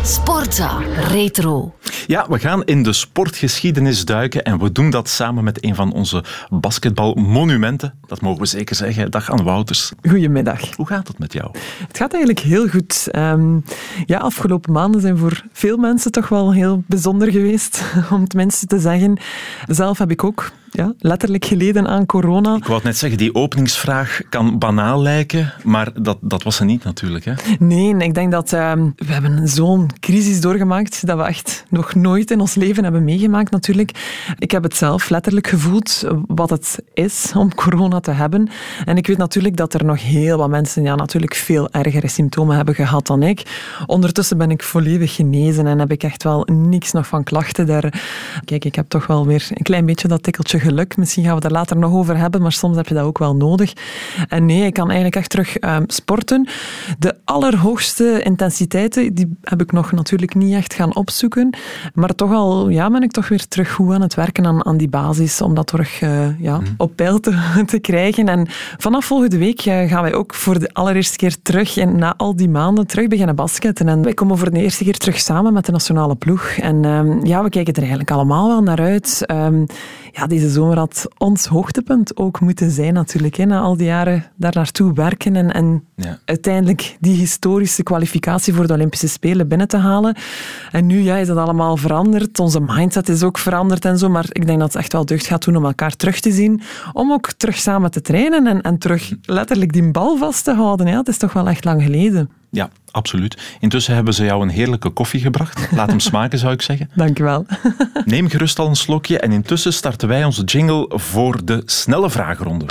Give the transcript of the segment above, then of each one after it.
Sportza Retro. Ja, we gaan in de sportgeschiedenis duiken en we doen dat samen met een van onze basketbalmonumenten. Dat mogen we zeker zeggen. Dag Anne Wouters. Goedemiddag. Hoe gaat het met jou? Het gaat eigenlijk heel goed. Afgelopen maanden zijn voor veel mensen toch wel heel bijzonder geweest, om het minste te zeggen. Zelf heb ik ook letterlijk geleden aan corona. Ik wou het net zeggen, die openingsvraag kan banaal lijken, maar dat was ze niet natuurlijk. Hè? Nee, ik denk dat we hebben zo'n crisis doorgemaakt dat we echt nog nooit in ons leven hebben meegemaakt natuurlijk. Ik heb het zelf letterlijk gevoeld wat het is om corona te hebben. En ik weet natuurlijk dat er nog heel wat mensen natuurlijk veel ergere symptomen hebben gehad dan ik. Ondertussen ben ik volledig genezen en heb ik echt wel niks nog van klachten daar. Kijk, ik heb toch wel weer een klein beetje dat tikkeltje geluk. Misschien gaan we het er later nog over hebben, maar soms heb je dat ook wel nodig. En nee, ik kan eigenlijk echt terug sporten. De allerhoogste intensiteiten, die heb ik nog natuurlijk niet echt gaan opzoeken. Maar toch al ben ik toch weer terug goed aan het werken aan die basis, om dat terug op peil te krijgen. En vanaf volgende week gaan wij ook voor de allereerste keer terug, en na al die maanden, terug beginnen basketten. En wij komen voor de eerste keer terug samen met de nationale ploeg. En we kijken er eigenlijk allemaal wel naar uit. Deze zomer had ons hoogtepunt ook moeten zijn natuurlijk. Na al die jaren daar naartoe werken en uiteindelijk die historische kwalificatie voor de Olympische Spelen binnen te halen. En nu is dat allemaal veranderd. Onze mindset is ook veranderd en zo. Maar ik denk dat het echt wel deugd gaat doen om elkaar terug te zien. Om ook terug samen te trainen en terug letterlijk die bal vast te houden. Ja, het is toch wel echt lang geleden. Ja, absoluut. Intussen hebben ze jou een heerlijke koffie gebracht. Laat hem smaken, zou ik zeggen. Dank je wel. Neem gerust al een slokje en intussen starten wij onze jingle voor de snelle vragenronde.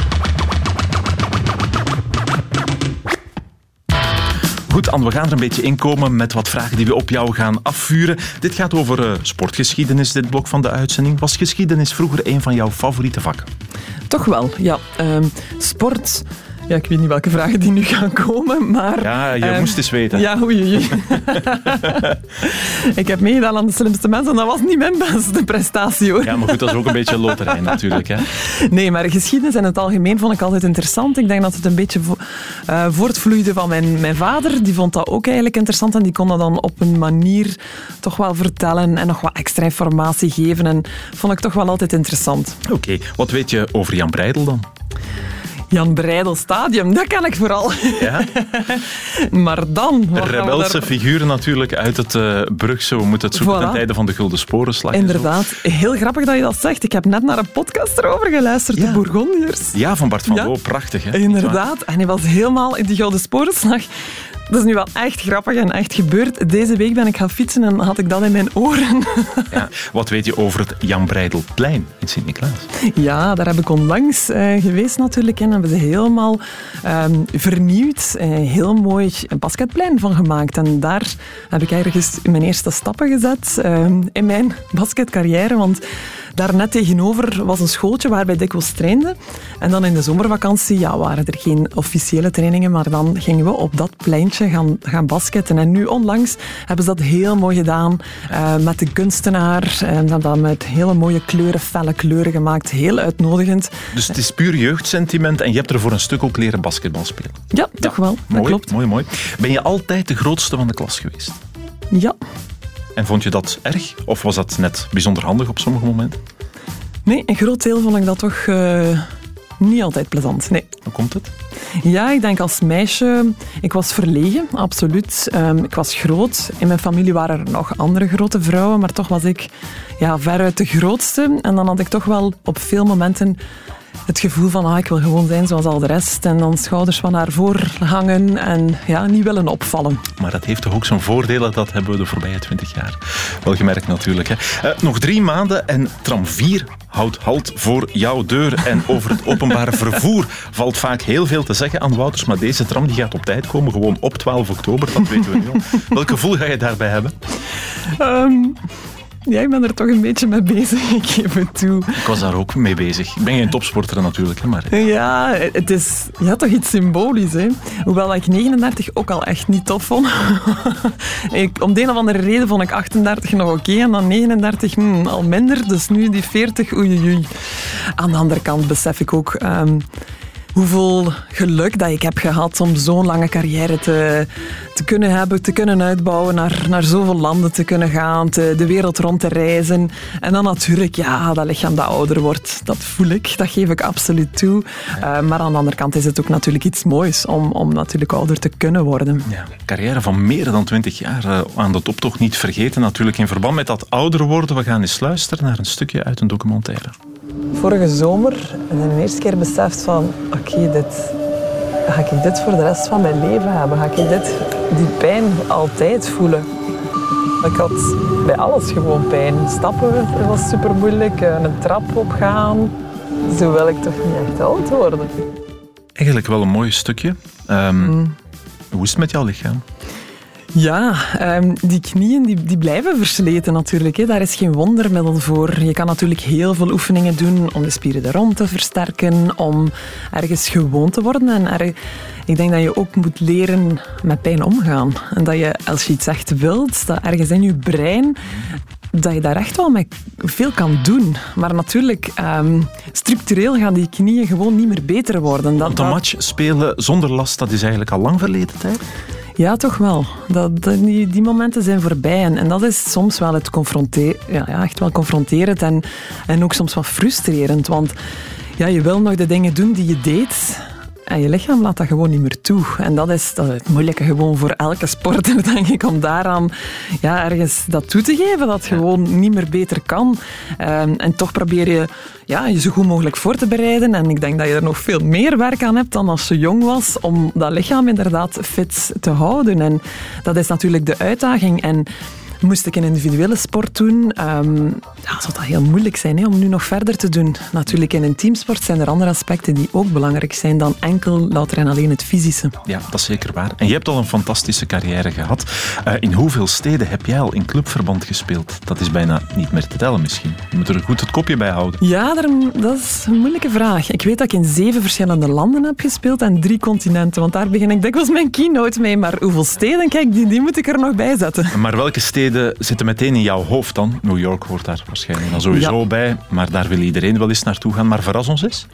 Goed, Anne, we gaan er een beetje inkomen met wat vragen die we op jou gaan afvuren. Dit gaat over sportgeschiedenis, dit blok van de uitzending. Was geschiedenis vroeger een van jouw favoriete vakken? Toch wel, ja. Sport... Ja, ik weet niet welke vragen die nu gaan komen, maar... Ja, je moest eens weten. Ja, oei. Ik heb meegedaan aan de slimste mensen en dat was niet mijn beste prestatie, hoor. Ja, maar goed, dat is ook een beetje loterij natuurlijk, hè? Nee, maar geschiedenis in het algemeen vond ik altijd interessant. Ik denk dat het een beetje voortvloeide van mijn vader. Die vond dat ook eigenlijk interessant en die kon dat dan op een manier toch wel vertellen en nog wat extra informatie geven. En vond ik toch wel altijd interessant. Oké, wat weet je over Jan Breydel dan? Jan Breydel Stadium, dat ken ik vooral. Ja? Maar dan... Een rebelse figuur natuurlijk uit het Brugse. We moeten het zoeken ten tijde van de Gulden Sporenslag. Inderdaad. Heel grappig dat je dat zegt. Ik heb net naar een podcast erover geluisterd, de Bourgondiërs. Ja, van Bart van Loo. Prachtig, hè? Inderdaad. En hij was helemaal in die Gulden Sporenslag. Dat is nu wel echt grappig en echt gebeurd. Deze week ben ik gaan fietsen en had ik dat in mijn oren. Ja, wat weet je over het Jan Breidelplein in Sint-Niklaas? Ja, daar heb ik onlangs geweest natuurlijk. En hebben ze helemaal vernieuwd. Heel mooi basketplein van gemaakt. En daar heb ik ergens mijn eerste stappen gezet in mijn basketcarrière. Want daar net tegenover was een schooltje waar wij dikwijls trainden. En dan in de zomervakantie waren er geen officiële trainingen, maar dan gingen we op dat pleintje gaan basketten. En nu onlangs hebben ze dat heel mooi gedaan met de kunstenaar. En hebben dat met hele mooie kleuren, felle kleuren gemaakt. Heel uitnodigend. Dus het is puur jeugdsentiment en je hebt er voor een stuk ook leren basketbal spelen. Ja, toch wel. Mooi, dat klopt. Mooi. Ben je altijd de grootste van de klas geweest? Ja. En vond je dat erg? Of was dat net bijzonder handig op sommige momenten? Nee, een groot deel vond ik dat toch niet altijd plezant. Nee. Hoe komt het? Ja, ik denk als meisje... Ik was verlegen, absoluut. Ik was groot. In mijn familie waren er nog andere grote vrouwen, maar toch was ik veruit de grootste. En dan had ik toch wel op veel momenten het gevoel van ik wil gewoon zijn zoals al de rest en dan schouders van haar voor hangen en niet willen opvallen. Maar dat heeft toch ook zijn voordelen, dat hebben we de voorbije 20 jaar wel gemerkt natuurlijk. Hè. Nog 3 maanden en tram 4 houdt halt voor jouw deur. En over het openbare vervoer valt vaak heel veel te zeggen aan Wouters, maar deze tram die gaat op tijd komen, gewoon op 12 oktober, dat weten we nu al. Welk gevoel ga je daarbij hebben? Ja, ik ben er toch een beetje mee bezig, ik geef het toe. Ik was daar ook mee bezig. Ik ben geen topsporter natuurlijk, maar... Ja, het is toch iets symbolisch, hè. Hoewel ik 39 ook al echt niet tof vond. Om de een of andere reden vond ik 38 nog oké, en dan 39 al minder. Dus nu die 40, oei. Aan de andere kant besef ik ook... hoeveel geluk dat ik heb gehad om zo'n lange carrière te kunnen hebben, te kunnen uitbouwen, naar zoveel landen te kunnen gaan, de wereld rond te reizen. En dan natuurlijk, ja, dat lichaam dat ouder wordt, dat voel ik, dat geef ik absoluut toe. Maar aan de andere kant is het ook natuurlijk iets moois om natuurlijk ouder te kunnen worden. Ja, carrière van meer dan 20 jaar aan de top toch niet vergeten. Natuurlijk in verband met dat ouder worden. We gaan eens luisteren naar een stukje uit een documentaire. Vorige zomer heb ik de eerste keer beseft van oké, ga ik dit voor de rest van mijn leven hebben? Ga ik die pijn altijd voelen? Ik had bij alles gewoon pijn. Stappen was super moeilijk, een trap opgaan. Zo wil ik toch niet echt oud worden. Eigenlijk wel een mooi stukje. Hoe is het met jouw lichaam? Ja, die knieën die blijven versleten natuurlijk. Hè. Daar is geen wondermiddel voor. Je kan natuurlijk heel veel oefeningen doen om de spieren er rond te versterken, om ergens gewoon te worden. En ik denk dat je ook moet leren met pijn omgaan. En dat je, als je iets echt wilt, dat ergens in je brein, dat je daar echt wel met veel kan doen. Maar natuurlijk, structureel gaan die knieën gewoon niet meer beter worden. Want een match spelen zonder last, dat is eigenlijk al lang verleden tijd? Ja, toch wel. Die momenten zijn voorbij. En dat is soms wel het echt wel confronterend en ook soms wat frustrerend. Want ja, je wil nog de dingen doen die je deed en je lichaam laat dat gewoon niet meer toe. En dat is het moeilijke gewoon voor elke sporter, denk ik, om daaraan ergens dat toe te geven, dat het gewoon niet meer beter kan. En toch probeer je je zo goed mogelijk voor te bereiden. En ik denk dat je er nog veel meer werk aan hebt dan als je jong was, om dat lichaam inderdaad fit te houden. En dat is natuurlijk de uitdaging. En moest ik een individuele sport doen, zou dat heel moeilijk zijn om nu nog verder te doen. Natuurlijk, in een teamsport zijn er andere aspecten die ook belangrijk zijn dan enkel louter en alleen het fysische. Ja, dat is zeker waar. En je hebt al een fantastische carrière gehad. In hoeveel steden heb jij al in clubverband gespeeld? Dat is bijna niet meer te tellen misschien. Je moet er goed het kopje bij houden. Ja, dat is een moeilijke vraag. Ik weet dat ik in 7 verschillende landen heb gespeeld en 3 continenten, want daar begin ik dikwijls mijn keynote mee. Maar hoeveel steden, kijk, die moet ik er nog bij zetten. Maar welke steden zitten meteen in jouw hoofd dan? New York hoort daar waarschijnlijk dan sowieso bij, maar daar wil iedereen wel eens naartoe gaan. Maar verras ons eens.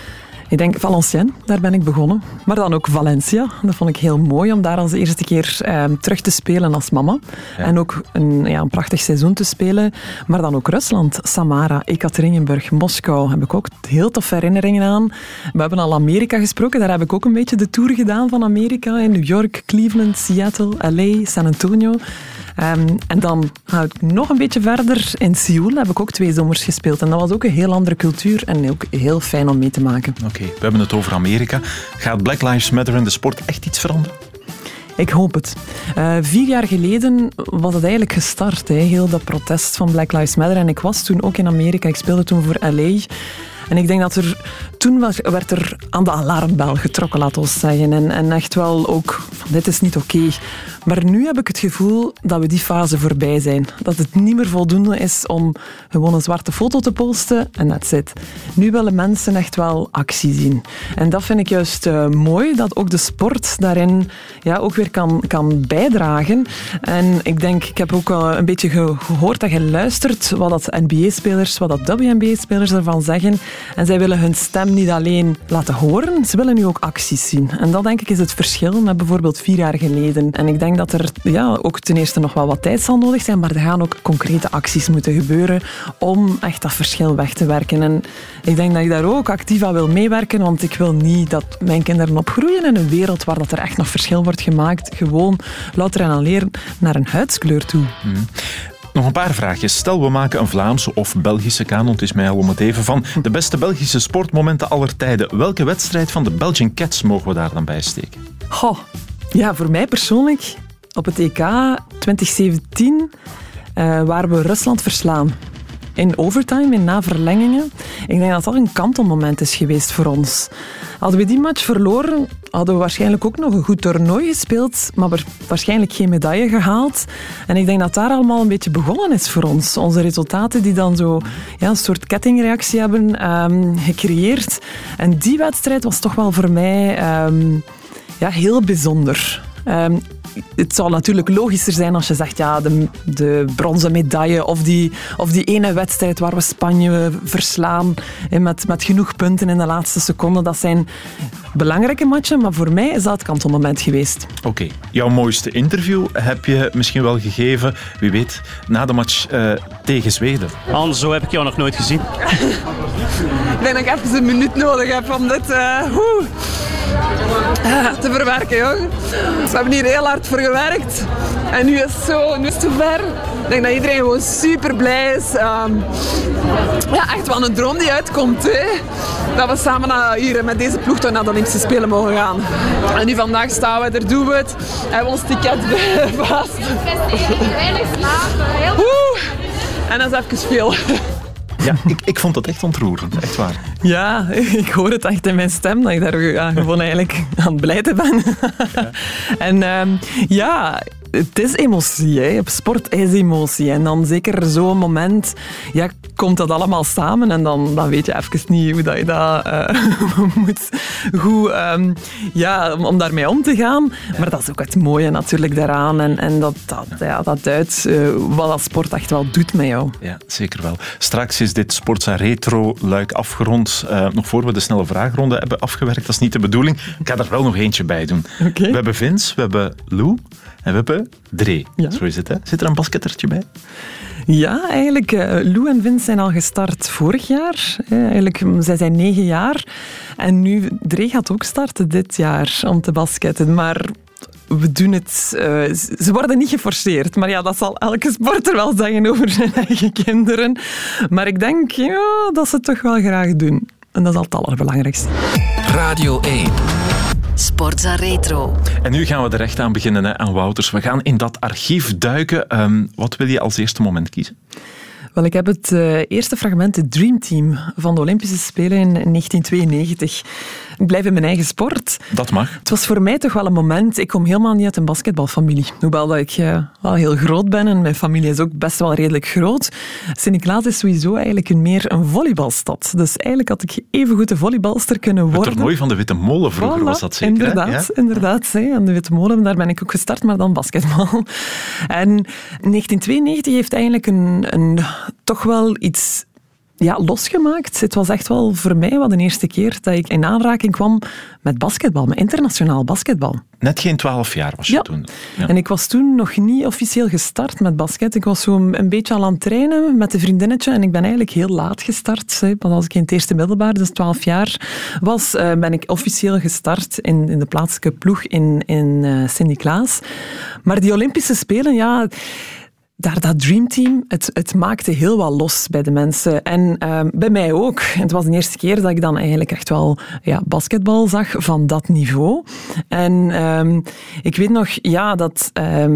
Ik denk Valenciennes, daar ben ik begonnen. Maar dan ook Valencia. Dat vond ik heel mooi om daar als eerste keer terug te spelen als mama. Ja. En ook een prachtig seizoen te spelen. Maar dan ook Rusland, Samara, Ekaterinenburg, Moskou. Heb ik ook heel toffe herinneringen aan. We hebben al Amerika gesproken. Daar heb ik ook een beetje de tour gedaan van Amerika. In New York, Cleveland, Seattle, LA, San Antonio. En dan ga ik nog een beetje verder. In Seoul heb ik ook 2 zomers gespeeld. En dat was ook een heel andere cultuur en ook heel fijn om mee te maken. Oké, we hebben het over Amerika. Gaat Black Lives Matter in de sport echt iets veranderen? Ik hoop het. 4 jaar geleden was het eigenlijk gestart, heel dat protest van Black Lives Matter. En ik was toen ook in Amerika. Ik speelde toen voor LA. En ik denk dat toen werd er aan de alarmbel getrokken, laten we zeggen. En echt wel ook, dit is niet oké. Maar nu heb ik het gevoel dat we die fase voorbij zijn. Dat het niet meer voldoende is om gewoon een zwarte foto te posten en that's it. Nu willen mensen echt wel actie zien. En dat vind ik juist mooi, dat ook de sport daarin ook weer kan bijdragen. En ik denk, ik heb ook een beetje gehoord en geluisterd wat dat NBA-spelers, wat dat WNBA-spelers ervan zeggen. En zij willen hun stem niet alleen laten horen, ze willen nu ook acties zien. En dat denk ik is het verschil met bijvoorbeeld 4 jaar geleden. En ik denk dat er ook ten eerste nog wel wat tijd zal nodig zijn, maar er gaan ook concrete acties moeten gebeuren om echt dat verschil weg te werken. En ik denk dat ik daar ook actief aan wil meewerken, want ik wil niet dat mijn kinderen opgroeien in een wereld waar dat er echt nog verschil wordt gemaakt. Gewoon louter en alleen naar een huidskleur toe. Nog een paar vraagjes. Stel, we maken een Vlaamse of Belgische kanon. Het is mij al om het even van de beste Belgische sportmomenten aller tijden. Welke wedstrijd van de Belgian Cats mogen we daar dan bij steken? Ja, voor mij persoonlijk op het EK 2017 waar we Rusland verslaan. In overtime, in na-verlengingen. Ik denk dat dat een kantelmoment is geweest voor ons. Hadden we die match verloren, hadden we waarschijnlijk ook nog een goed toernooi gespeeld, maar waarschijnlijk geen medaille gehaald. En ik denk dat daar allemaal een beetje begonnen is voor ons. Onze resultaten die dan zo een soort kettingreactie hebben gecreëerd. En die wedstrijd was toch wel voor mij heel bijzonder. Het zou natuurlijk logischer zijn als je zegt ja, de bronzen medaille of die ene wedstrijd waar we Spanje verslaan met genoeg punten in de laatste seconde. Dat zijn belangrijke matchen, maar voor mij is dat het kantelmoment geweest. Oké. Jouw mooiste interview heb je misschien wel gegeven, wie weet, na de match tegen Zweden. Anders, zo heb ik jou nog nooit gezien. Ik denk dat ik even een minuut nodig heb om dit te verwerken, jong. We hebben hier heel hard voor gewerkt. En nu is het zover. Ik denk dat iedereen gewoon super blij is. Echt wel een droom die uitkomt. Hè? Dat we samen hier met deze ploeg naar de Olympische Spelen mogen gaan. En nu vandaag staan we er, doen we het. Hebben we ons ticket vast. Weinig slapen. En dat is even veel. Ja, ik vond het echt ontroerend, echt waar. Ja, ik hoor het echt in mijn stem, dat ik daar gewoon eigenlijk aan het blijten ben. Ja. En het is emotie. Hè. Sport is emotie. En dan zeker zo'n moment, komt dat allemaal samen en dan weet je even niet hoe dat je dat moet goed om daarmee om te gaan. Maar dat is ook het mooie natuurlijk daaraan. En dat duidt wat dat sport echt wel doet met jou. Ja, zeker wel. Straks is dit Sportza Retro-luik afgerond. Nog voor we de snelle vraagronde hebben afgewerkt. Dat is niet de bedoeling. Ik ga er wel nog eentje bij doen. Okay. We hebben Vince, we hebben Lou en we hebben Dree. Ja. Zo is het, hè? Zit er een baskettertje bij? Ja, eigenlijk. Lou en Vince zijn al gestart vorig jaar. Zij zijn 9 jaar. En nu, Dree gaat ook starten dit jaar om te basketten. Maar we doen het... ze worden niet geforceerd. Maar ja, dat zal elke sporter wel zeggen over zijn eigen kinderen. Maar ik denk dat ze het toch wel graag doen. En dat is al het allerbelangrijkste. Radio 1. Sportza Retro. En nu gaan we er echt aan beginnen, aan Wouters. We gaan in dat archief duiken. Wat wil je als eerste moment kiezen? Wel, ik heb het eerste fragment, het Dream Team van de Olympische Spelen in 1992. Ik blijf in mijn eigen sport. Dat mag. Het was voor mij toch wel een moment... Ik kom helemaal niet uit een basketbalfamilie. Hoewel dat ik wel heel groot ben en mijn familie is ook best wel redelijk groot. Sint-Niklaas is sowieso eigenlijk meer een volleybalstad. Dus eigenlijk had ik evengoed een volleybalster kunnen worden. Het toernooi van de Witte Molen vroeger was dat zeker, inderdaad, hè? Inderdaad. Aan de Witte Molen, daar ben ik ook gestart, maar dan basketbal. En 1992 heeft eigenlijk een toch wel iets losgemaakt. Het was echt wel voor mij wel de eerste keer dat ik in aanraking kwam met basketbal, met internationaal basketbal. Net geen 12 jaar was je toen. Ja. En ik was toen nog niet officieel gestart met basket. Ik was zo een beetje al aan het trainen met een vriendinnetje en ik ben eigenlijk heel laat gestart. Want als ik in het eerste middelbaar, dus 12 jaar was, ben ik officieel gestart in de plaatselijke ploeg in Sint-Niklaas. Maar die Olympische Spelen, dat dreamteam, het maakte heel wat los bij de mensen. En bij mij ook. Het was de eerste keer dat ik dan eigenlijk echt wel basketbal zag van dat niveau. En ik weet nog dat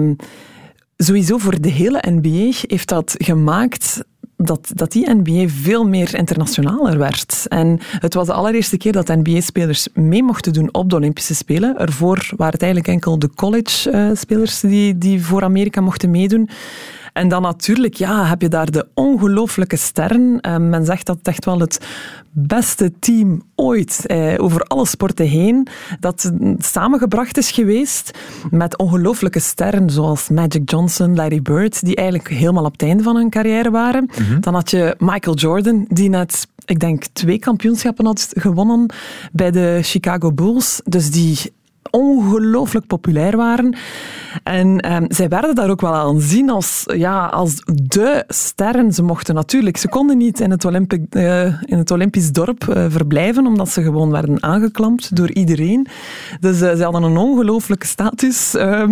sowieso voor de hele NBA heeft dat gemaakt dat die NBA veel meer internationaler werd. En het was de allereerste keer dat NBA-spelers mee mochten doen op de Olympische Spelen. Ervoor waren het eigenlijk enkel de college-spelers die voor Amerika mochten meedoen. En dan natuurlijk heb je daar de ongelooflijke sterren. Men zegt dat het echt wel het beste team ooit over alle sporten heen dat samengebracht is geweest met ongelooflijke sterren zoals Magic Johnson, Larry Bird, die eigenlijk helemaal op het einde van hun carrière waren. Mm-hmm. Dan had je Michael Jordan, die net, ik denk, 2 kampioenschappen had gewonnen bij de Chicago Bulls. Dus die ongelooflijk populair waren. En zij werden daar ook wel aanzien als de sterren. Ze konden niet in het Olympisch dorp verblijven, omdat ze gewoon werden aangeklampt door iedereen. Dus ze hadden een ongelooflijke status,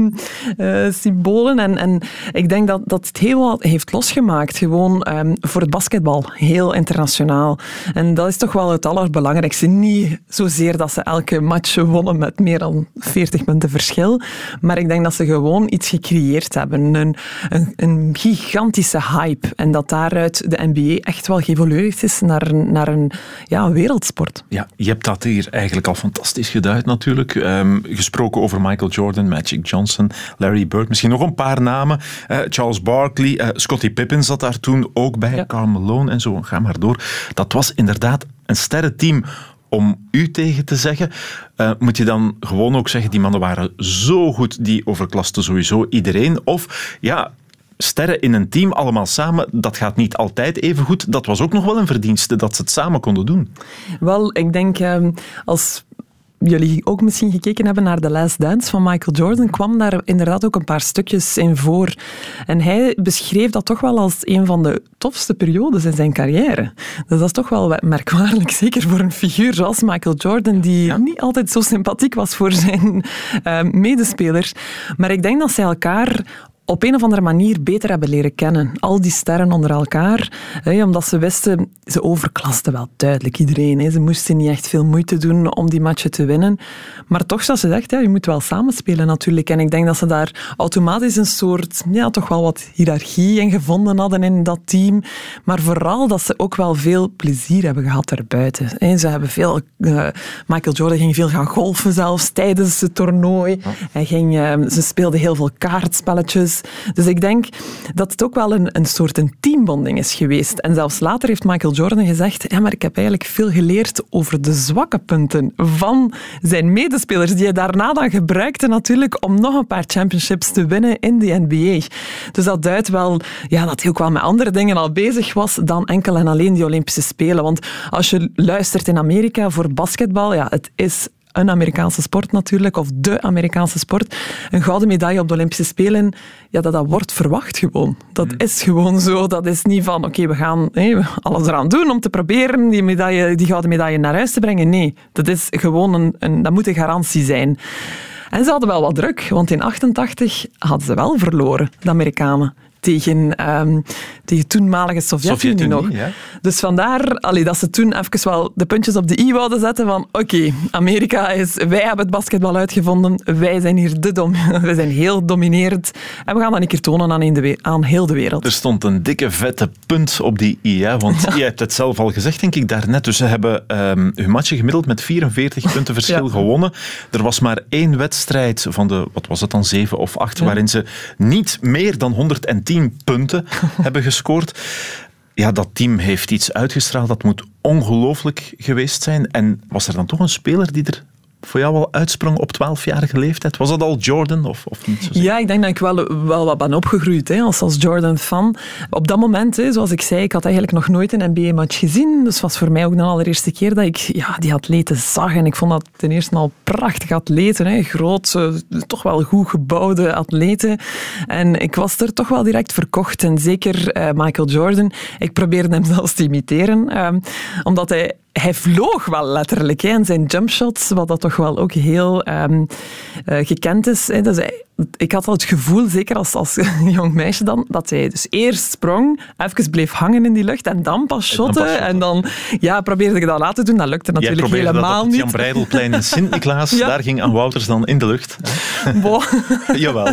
symbolen. En ik denk dat het heel wat heeft losgemaakt, gewoon voor het basketbal. Heel internationaal. En dat is toch wel het allerbelangrijkste. Niet zozeer dat ze elke match wonnen met meer dan 40 punten verschil. Maar ik denk dat ze gewoon iets gecreëerd hebben. Een gigantische hype. En dat daaruit de NBA echt wel geëvolueerd is naar een wereldsport. Ja, je hebt dat hier eigenlijk al fantastisch geduid natuurlijk. Gesproken over Michael Jordan, Magic Johnson, Larry Bird. Misschien nog een paar namen. Charles Barkley, Scottie Pippen zat daar toen ook bij. Ja. Karl Malone en zo. Ga maar door. Dat was inderdaad een sterrenteam om u tegen te zeggen. Moet je dan gewoon ook zeggen, die mannen waren zo goed, die overklasten sowieso iedereen? Of ja, sterren in een team, allemaal samen, dat gaat niet altijd even goed. Dat was ook nog wel een verdienste, dat ze het samen konden doen. Wel, ik denk als jullie ook misschien gekeken hebben naar The Last Dance van Michael Jordan, kwam daar inderdaad ook een paar stukjes in voor. En hij beschreef dat toch wel als een van de tofste periodes in zijn carrière. Dus dat is toch wel merkwaardig, zeker voor een figuur zoals Michael Jordan, die niet altijd zo sympathiek was voor zijn medespelers. Maar ik denk dat zij elkaar op een of andere manier beter hebben leren kennen. Al die sterren onder elkaar. Omdat ze wisten, ze overklasten wel duidelijk iedereen. Ze moesten niet echt veel moeite doen om die matchen te winnen. Maar toch, zoals ze zegt, je moet wel samenspelen natuurlijk. En ik denk dat ze daar automatisch een soort, toch wel wat hiërarchie in gevonden hadden in dat team. Maar vooral dat ze ook wel veel plezier hebben gehad daarbuiten. Ze hebben veel... Michael Jordan ging veel gaan golfen zelfs tijdens het toernooi. Ze speelden heel veel kaartspelletjes. Dus ik denk dat het ook wel een soort teambonding is geweest. En zelfs later heeft Michael Jordan gezegd, maar ik heb eigenlijk veel geleerd over de zwakke punten van zijn medespelers, die hij daarna dan gebruikte natuurlijk om nog een paar championships te winnen in de NBA. Dus dat duidt wel dat hij ook wel met andere dingen al bezig was dan enkel en alleen die Olympische Spelen. Want als je luistert in Amerika voor basketbal, het is een Amerikaanse sport natuurlijk, of de Amerikaanse sport. Een gouden medaille op de Olympische Spelen, dat wordt verwacht gewoon. Dat is gewoon zo. Dat is niet van, we gaan alles eraan doen om te proberen die gouden medaille naar huis te brengen. Nee, dat is gewoon dat moet een garantie zijn. En ze hadden wel wat druk, want in 1988 hadden ze wel verloren, de Amerikanen. Tegen toenmalige Sovjet-Unie nog. Ja. Dus vandaar dat ze toen even wel de puntjes op de i wouden zetten van Amerika wij hebben het basketbal uitgevonden, wij zijn hier wij zijn heel dominerend en we gaan dat een keer tonen aan heel de wereld. Er stond een dikke vette punt op die i, want je hebt het zelf al gezegd, denk ik, daarnet. Dus ze hebben hun matchen gemiddeld met 44 punten verschil gewonnen. Er was maar 1 wedstrijd van de, wat was het dan, 7 of 8, waarin ze niet meer dan 110 punten hebben gescoord. Ja, dat team heeft iets uitgestraald. Dat moet ongelooflijk geweest zijn. En was er dan toch een speler die er voor jou al uitsprong op 12-jarige leeftijd? Was dat al Jordan of niet zo? Ja, ik denk dat ik wel wat ben opgegroeid als Jordan-fan. Op dat moment, zoals ik zei, ik had eigenlijk nog nooit een NBA-match gezien. Dus het was voor mij ook de allereerste keer dat ik die atleten zag. En ik vond dat ten eerste al prachtige atleten. Groot, toch wel goed gebouwde atleten. En ik was er toch wel direct verkocht. En zeker Michael Jordan. Ik probeerde hem zelfs te imiteren. Omdat hij vloog wel letterlijk. En zijn jumpshots, wat dat toch wel ook heel gekend is. Dus ik had al het gevoel, zeker als jong meisje dan, dat hij dus eerst sprong, even bleef hangen in die lucht en dan pas shotten. En dan probeerde ik dat laten doen. Dat lukte natuurlijk helemaal niet. Jan Breidelplein in Sint-Niklaas, daar ging Anne Wouters dan in de lucht. Jawel.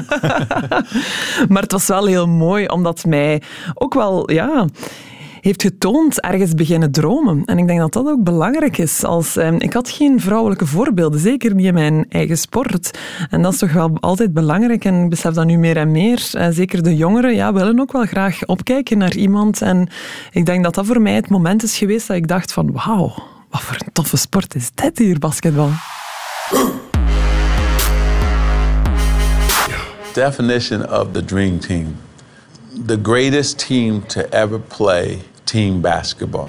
Maar het was wel heel mooi, omdat mij ook wel... heeft getoond ergens beginnen dromen. En ik denk dat dat ook belangrijk is. Ik had geen vrouwelijke voorbeelden, zeker niet in mijn eigen sport. En dat is toch wel altijd belangrijk. En ik besef dat nu meer en meer. Zeker de jongeren willen ook wel graag opkijken naar iemand. En ik denk dat dat voor mij het moment is geweest dat ik dacht van wauw, wat voor een toffe sport is dit hier, basketbal. Definition of the dream team. The greatest team to ever play team basketball.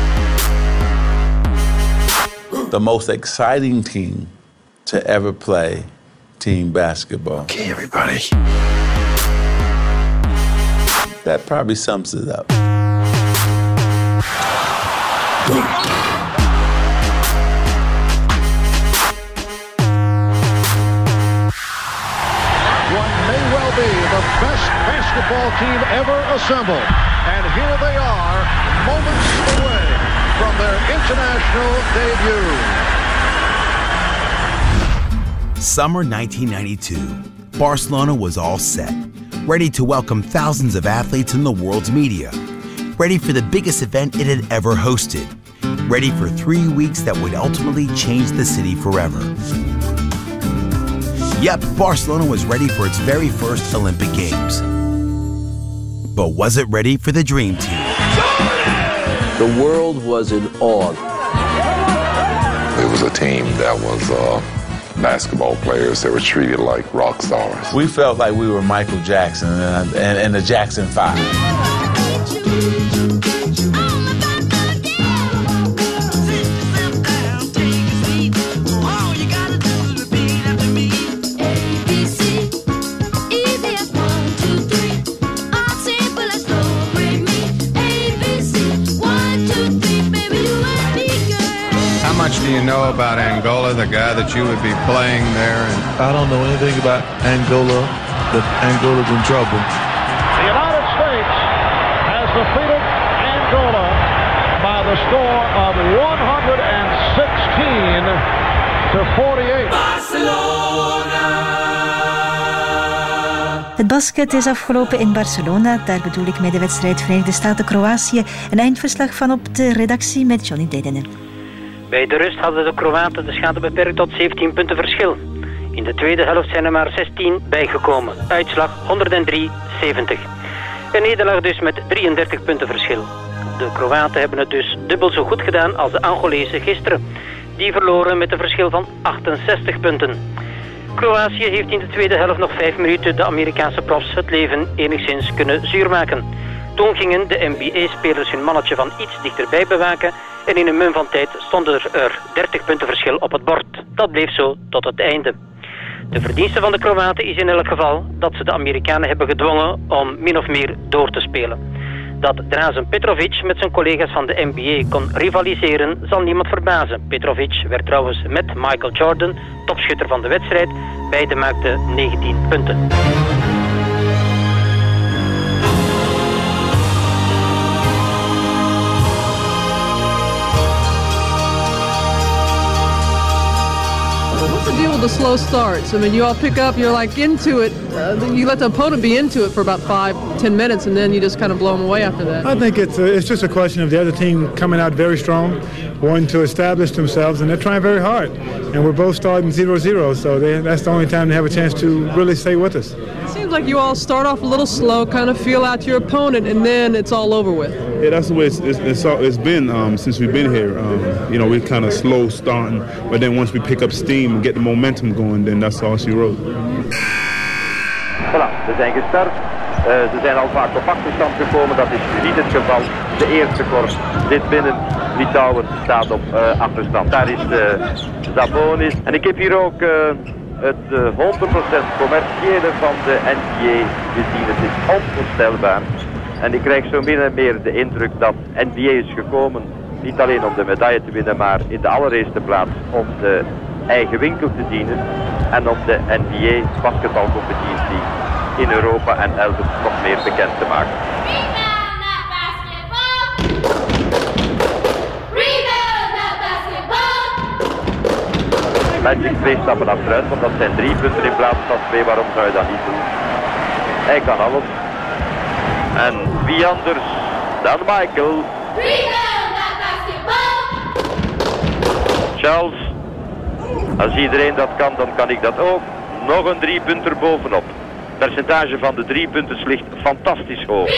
The most exciting team to ever play team basketball. Okay, everybody. That probably sums it up. The best basketball team ever assembled. And here they are, moments away from their international debut. Summer 1992. Barcelona was all set, ready to welcome thousands of athletes in the world's media, ready for the biggest event it had ever hosted, ready for 3 weeks that would ultimately change the city forever. Yep, Barcelona was ready for its very first Olympic Games. But was it ready for the Dream Team? The world was in awe. It was a team that was basketball players that were treated like rock stars. We felt like we were Michael Jackson and the Jackson 5. How much do you know about Angola, the guy that you would be playing there? I don't know anything about Angola, but Angola's in trouble. The United States has defeated Angola by the score of 116 to 48. Barcelona! Het basket is afgelopen in Barcelona. Daar bedoel ik met de wedstrijd Verenigde Staten-Kroatië. Een eindverslag van op de redactie met Johnny Dedenen. Bij de rust hadden de Kroaten de schade beperkt tot 17 punten verschil. In de tweede helft zijn er maar 16 bijgekomen. Uitslag 103-70. Een nederlaag dus met 33 punten verschil. De Kroaten hebben het dus dubbel zo goed gedaan als de Angolezen gisteren. Die verloren met een verschil van 68 punten. Kroatië heeft in de tweede helft nog 5 minuten de Amerikaanse profs het leven enigszins kunnen zuur maken. Toen gingen de NBA-spelers hun mannetje van iets dichterbij bewaken en in een mum van tijd stonden er 30 punten verschil op het bord. Dat bleef zo tot het einde. De verdienste van de Kroaten is in elk geval dat ze de Amerikanen hebben gedwongen om min of meer door te spelen. Dat Drazen Petrovic met zijn collega's van de NBA kon rivaliseren zal niemand verbazen. Petrovic werd trouwens met Michael Jordan topschutter van de wedstrijd. Beide maakten 19 punten. What's the deal with the slow starts? I mean, you all pick up, you're like into it. You let the opponent be into it for about 5-10 minutes, and then you just kind of blow them away after that. I think it's just a question of the other team coming out very strong, wanting to establish themselves, and they're trying very hard. And we're both starting 0-0, so that's the only time they have a chance to really stay with us. It seems like you all start off a little slow, kind of feel out your opponent, and then it's all over with. Yeah, that's the way it's been since we've been here. We kind of slow starting, but then once we pick up steam and get the momentum going, then that's all she wrote. Voilà, ze zijn gestart. Ze zijn al vaak op achterstand gekomen. Dat is niet het geval. De eerste korps zit binnen. Litouwen staat op achterstand. Daar is Sabonis. En ik heb hier ook het 100% commerciële van de NBA gezien. Het is onvoorstelbaar. En ik krijg zo min en meer de indruk dat NBA is gekomen. Niet alleen om de medaille te winnen, maar in de allereerste plaats om de eigen winkel te dienen. En om de NBA basketbalcompetitie in Europa en elders nog meer bekend te maken. Magic 2 stappen achteruit, want dat zijn 3 punten in plaats van 2. Waarom zou je dat niet doen? Hij kan alles. En wie anders dan Michael? Charles. Als iedereen dat kan, dan kan ik dat ook. Nog een 3-punter bovenop. Het percentage van de 3-punters ligt fantastisch hoog.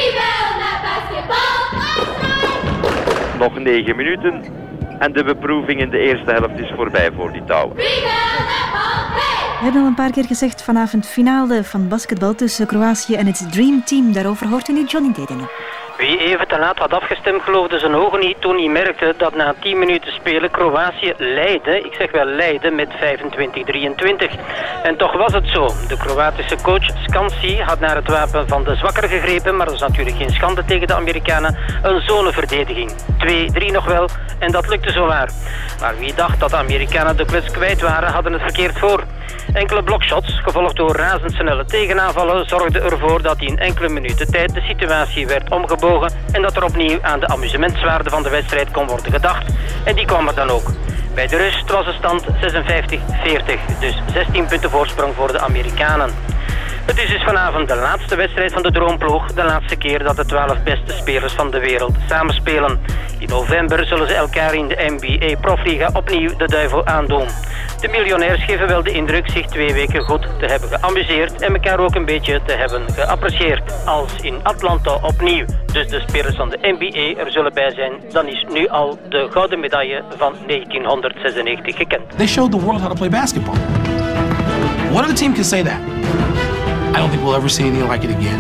Nog 9 minuten. En de beproeving in de eerste helft is voorbij voor Litouwen. We hebben al een paar keer gezegd vanavond finale van basketbal tussen Kroatië en het Dream Team. Daarover hoort u nu Johnny Dedenen. Wie even te laat had afgestemd geloofde zijn ogen niet toen hij merkte dat na 10 minuten spelen Kroatië leidde, ik zeg wel leidde, met 25-23. En toch was het zo. De Kroatische coach Skansi had naar het wapen van de zwakker gegrepen, maar dat is natuurlijk geen schande tegen de Amerikanen, een zoneverdediging. 2-3 nog wel, en dat lukte zowaar. Maar wie dacht dat de Amerikanen de kluts kwijt waren, hadden het verkeerd voor. Enkele blokshots, gevolgd door razendsnelle tegenaanvallen, zorgden ervoor dat in enkele minuten tijd de situatie werd omgebogen en dat er opnieuw aan de amusementswaarde van de wedstrijd kon worden gedacht. En die kwam er dan ook. Bij de rust was de stand 56-40, dus 16 punten voorsprong voor de Amerikanen. Het is dus vanavond de laatste wedstrijd van de Droomploeg. De laatste keer dat de 12 beste spelers van de wereld samenspelen. In november zullen ze elkaar in de NBA Profliga opnieuw de duivel aandoen. De miljonairs geven wel de indruk zich 2 weken goed te hebben geamuseerd en elkaar ook een beetje te hebben geapprecieerd. Als in Atlanta opnieuw. Dus de spelers van de NBA er zullen bij zijn, dan is nu al de gouden medaille van 1996 gekend. They showed the world how to play basketball. What other team can say that? I don't think we'll ever see anything like it again.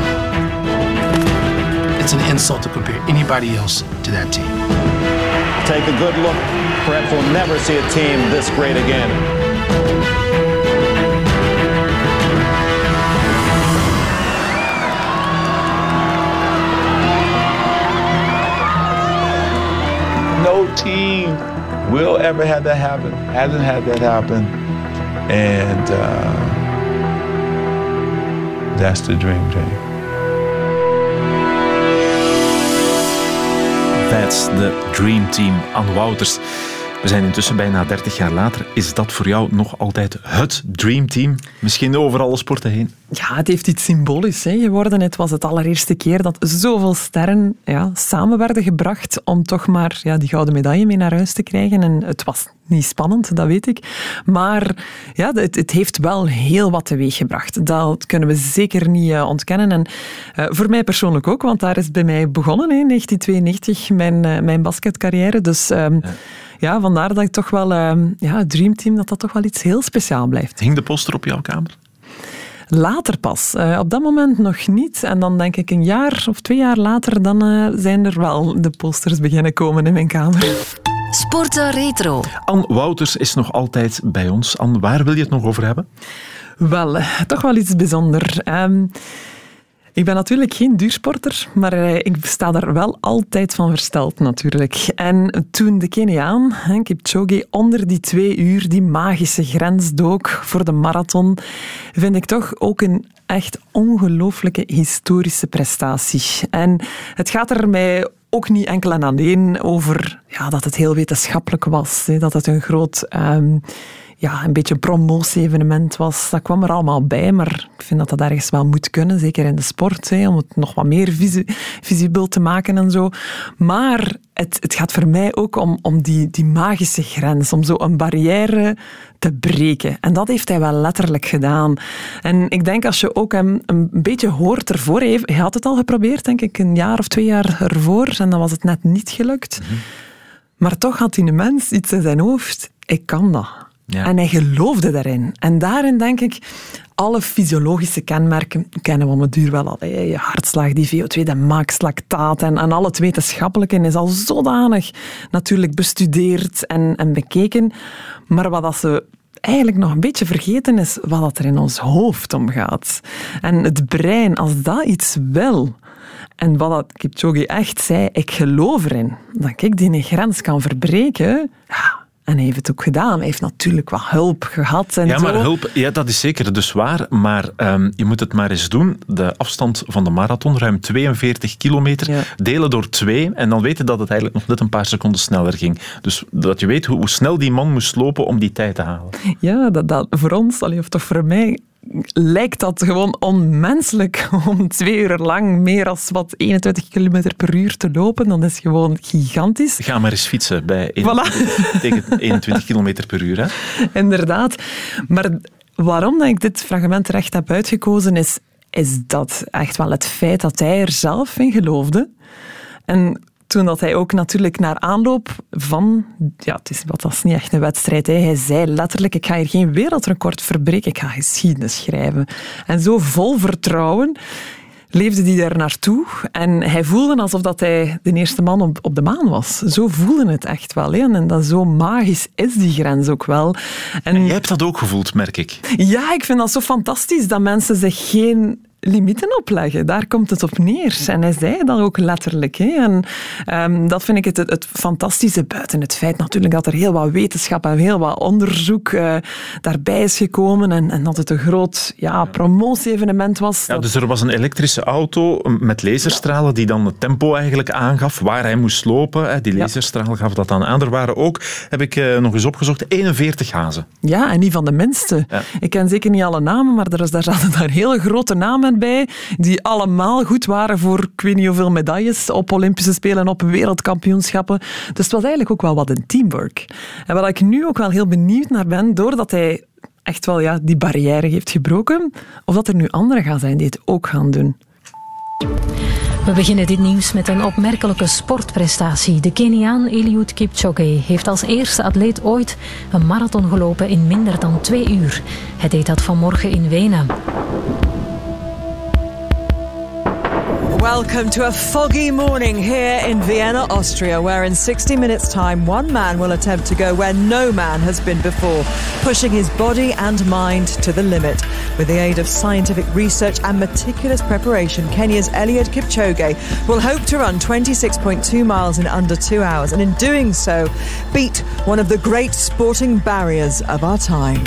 It's an insult to compare anybody else to that team. Take a good look. Perhaps we'll never see a team this great again. No team will ever have that happen. Hasn't had that happen. And that's the dream team. That's the dream team. Anne Wouters. We zijn intussen bijna 30 jaar later. Is dat voor jou nog altijd het dreamteam? Misschien over alle sporten heen? Ja, het heeft iets symbolisch geworden. Het was het allereerste keer dat zoveel sterren samen werden gebracht om toch maar die gouden medaille mee naar huis te krijgen. En het was niet spannend, dat weet ik. Maar ja, het heeft wel heel wat teweeggebracht. Dat kunnen we zeker niet ontkennen. En voor mij persoonlijk ook, want daar is het bij mij begonnen in 1992, mijn basketcarrière. Dus... Ja, vandaar dat ik toch wel het dreamteam, dat toch wel iets heel speciaal blijft. Hing de poster op jouw kamer? Later pas. Op dat moment nog niet. En dan denk ik 1 jaar of 2 jaar later, dan zijn er wel de posters beginnen komen in mijn kamer. Sportza Retro. Anne Wouters is nog altijd bij ons. Anne, waar wil je het nog over hebben? Wel, toch wel iets bijzonders. Ik ben natuurlijk geen duursporter, maar ik sta daar wel altijd van versteld natuurlijk. En toen de Keniaan, Kipchoge, onder die 2 uur, die magische grens dook voor de marathon, vind ik toch ook een echt ongelooflijke historische prestatie. En het gaat er mij ook niet enkel en alleen over dat het heel wetenschappelijk was, dat het een groot... een beetje een promotie-evenement was. Dat kwam er allemaal bij, maar ik vind dat dat ergens wel moet kunnen, zeker in de sport, om het nog wat meer visibel te maken en zo. Maar het gaat voor mij ook om die magische grens, om zo een barrière te breken. En dat heeft hij wel letterlijk gedaan. En ik denk, als je ook hem een beetje hoort ervoor, hij had het al geprobeerd, denk ik, 1 jaar of 2 jaar ervoor, en dan was het net niet gelukt. Mm-hmm. Maar toch had die mens iets in zijn hoofd, ik kan dat. Ja. En hij geloofde daarin. En daarin denk ik, alle fysiologische kenmerken kennen we om het duur wel al. Je hartslag, die VO2, de max, lactaat en al het wetenschappelijke is al zodanig natuurlijk bestudeerd en bekeken. Maar wat ze eigenlijk nog een beetje vergeten is, wat er in ons hoofd omgaat. En het brein, als dat iets wil... En wat Kipchoge echt zei, ik geloof erin, dat ik die grens kan verbreken... En hij heeft het ook gedaan. Hij heeft natuurlijk wat hulp gehad. En maar hulp, dat is zeker dus waar. Maar je moet het maar eens doen. De afstand van de marathon, ruim 42 kilometer, delen door 2. En dan weten dat het eigenlijk nog net een paar seconden sneller ging. Dus dat je weet hoe snel die man moest lopen om die tijd te halen. Ja, dat voor ons, of toch voor mij... lijkt dat gewoon onmenselijk om 2 uur lang meer dan 21 km per uur te lopen. Dat is gewoon gigantisch. Ga maar eens fietsen bij tegen 21 km per uur. Hè? Inderdaad. Maar waarom dat ik dit fragment recht heb uitgekozen is dat echt wel het feit dat hij er zelf in geloofde. En toen dat hij ook natuurlijk naar aanloop van... dat is niet echt een wedstrijd. Hij zei letterlijk, ik ga hier geen wereldrecord verbreken, ik ga geschiedenis schrijven. En zo vol vertrouwen leefde hij daar naartoe. En hij voelde alsof dat hij de eerste man op de maan was. Zo voelde het echt wel. En dat zo magisch is die grens ook wel. En jij hebt dat ook gevoeld, merk ik. Ja, ik vind dat zo fantastisch dat mensen zich geen limieten opleggen. Daar komt het op neer. En hij zei dat ook letterlijk. Hè. En dat vind ik het fantastische, buiten het feit natuurlijk dat er heel wat wetenschap en heel wat onderzoek daarbij is gekomen en dat het een groot promotie-evenement was. Ja, dus er was een elektrische auto met laserstralen die dan het tempo eigenlijk aangaf, waar hij moest lopen. Die laserstraal gaf dat dan aan. Er waren ook, heb ik nog eens opgezocht, 41 hazen. Ja, en niet van de minste. Ja. Ik ken zeker niet alle namen, maar daar zaten daar hele grote namen bij, die allemaal goed waren voor ik weet niet hoeveel medailles op Olympische Spelen en op wereldkampioenschappen. Dus het was eigenlijk ook wel wat een teamwork. En waar ik nu ook wel heel benieuwd naar ben, doordat hij echt wel die barrière heeft gebroken, of dat er nu anderen gaan zijn die het ook gaan doen. We beginnen dit nieuws met een opmerkelijke sportprestatie. De Keniaan Eliud Kipchoge heeft als eerste atleet ooit een marathon gelopen in minder dan 2 uur. Hij deed dat vanmorgen in Wenen. Welcome to a foggy morning here in Vienna, Austria, where in 60 minutes' time, one man will attempt to go where no man has been before, pushing his body and mind to the limit. With the aid of scientific research and meticulous preparation, Kenya's Eliud Kipchoge will hope to run 26.2 miles in under 2 hours, and in doing so, beat one of the great sporting barriers of our time.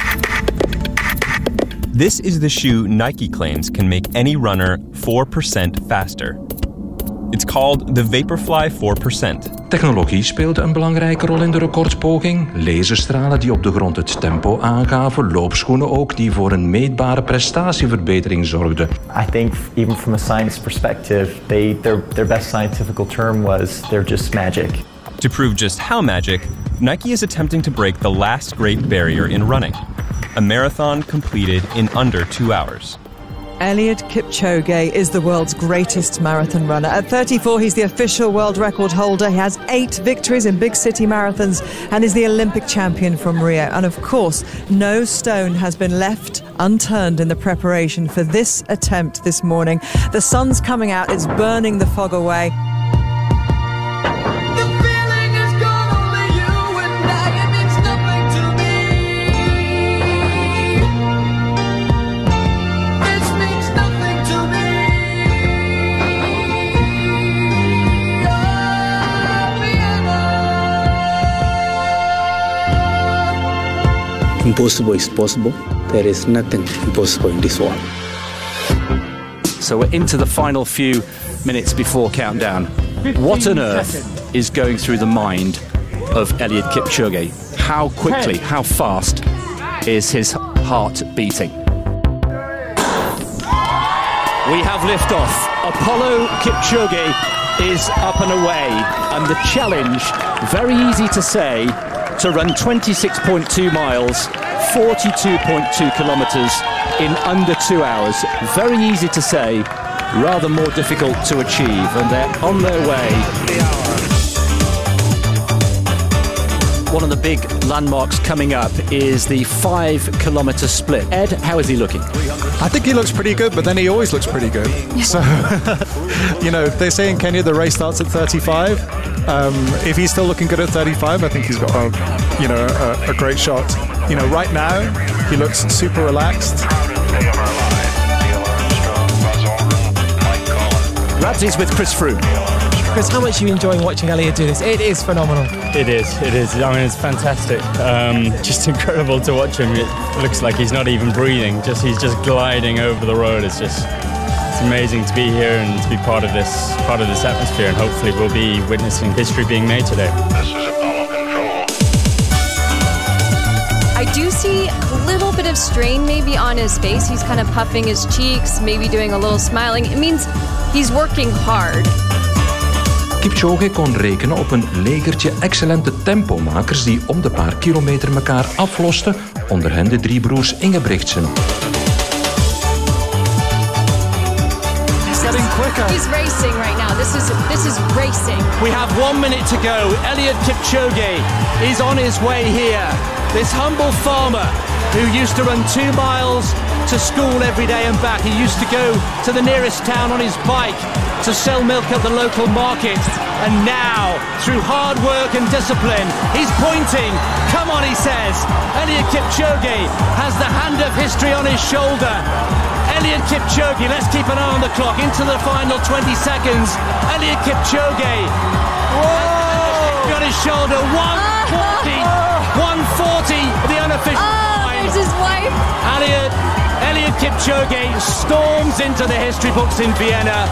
This is the shoe Nike claims can make any runner 4% faster. It's called the Vaporfly 4%. Technologie speelde een belangrijke rol in de recordpoging. Laserstralen die op de grond het tempo aangaven. Loopschoenen ook die voor een meetbare prestatieverbetering zorgden. I think even from a science perspective, their best scientific term was they're just magic. To prove just how magic, Nike is attempting to break the last great barrier in running. A marathon completed in under 2 hours. Eliud Kipchoge is the world's greatest marathon runner. At 34, he's the official world record holder. He has 8 victories in big city marathons and is the Olympic champion from Rio. And of course, no stone has been left unturned in the preparation for this attempt this morning. The sun's coming out, it's burning the fog away. Impossible is possible. There is nothing impossible in this world. So we're into the final few minutes before countdown. What on earth is going through the mind of Eliud Kipchoge? How quickly, how fast is his heart beating? We have liftoff. Apollo Kipchoge is up and away. And the challenge, very easy to say, to run 26.2 miles, 42.2 kilometres in under 2 hours. Very easy to say, rather more difficult to achieve, and they're on their way. One of the big landmarks coming up is the 5-kilometre split. Ed, how is he looking? I think he looks pretty good, but then he always looks pretty good. So, they say in Kenya the race starts at 35. If he's still looking good at 35, I think he's got a great shot. Right now, he looks super relaxed. Rabsi's with Chris Froome. Chris, how much are you enjoying watching Eliud do this? It is phenomenal. It is. I mean, it's fantastic. Just incredible to watch him. It looks like he's not even breathing. He's just gliding over the road. It's amazing to be here and to be part of this atmosphere. And hopefully, we'll be witnessing history being made today. I do see a little bit of strain maybe on his face. He's kind of puffing his cheeks, maybe doing a little smiling. It means he's working hard. Kipchoge kon rekenen op een legertje excellente tempomakers die om de paar kilometer elkaar aflosten, onder hen de 3 broers Ingebrigtsen. He's racing right now. This is racing. We have 1 minute to go. Eliud Kipchoge is on his way here. This humble farmer who used to run 2 miles to school every day and back. He used to go to the nearest town on his bike to sell milk at the local market. And now, through hard work and discipline, he's pointing. Come on, he says. Eliud Kipchoge has the hand of history on his shoulder. Eliud Kipchoge, let's keep an eye on the clock. Into the final 20 seconds. Eliud Kipchoge. Whoa! On his shoulder. 140, the unofficial time. There's his wife. Eliud Kipchoge storms into the history books in Vienna.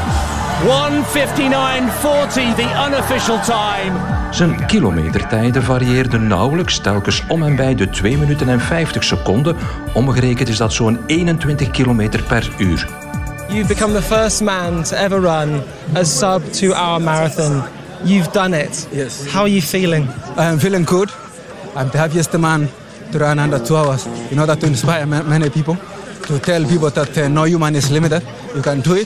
1:59:40, the unofficial time. Zijn kilometertijden varieerden nauwelijks, telkens om en bij de 2 minuten en 50 seconden. Omgerekend is dat zo'n 21 kilometer per uur. You've become the first man to ever run a sub 2-hour marathon. You've done it. Yes. How are you feeling? I'm feeling good. I'm the happiest man to run under 2 hours. In order to inspire many people, to tell people that no human is limited. You can do it.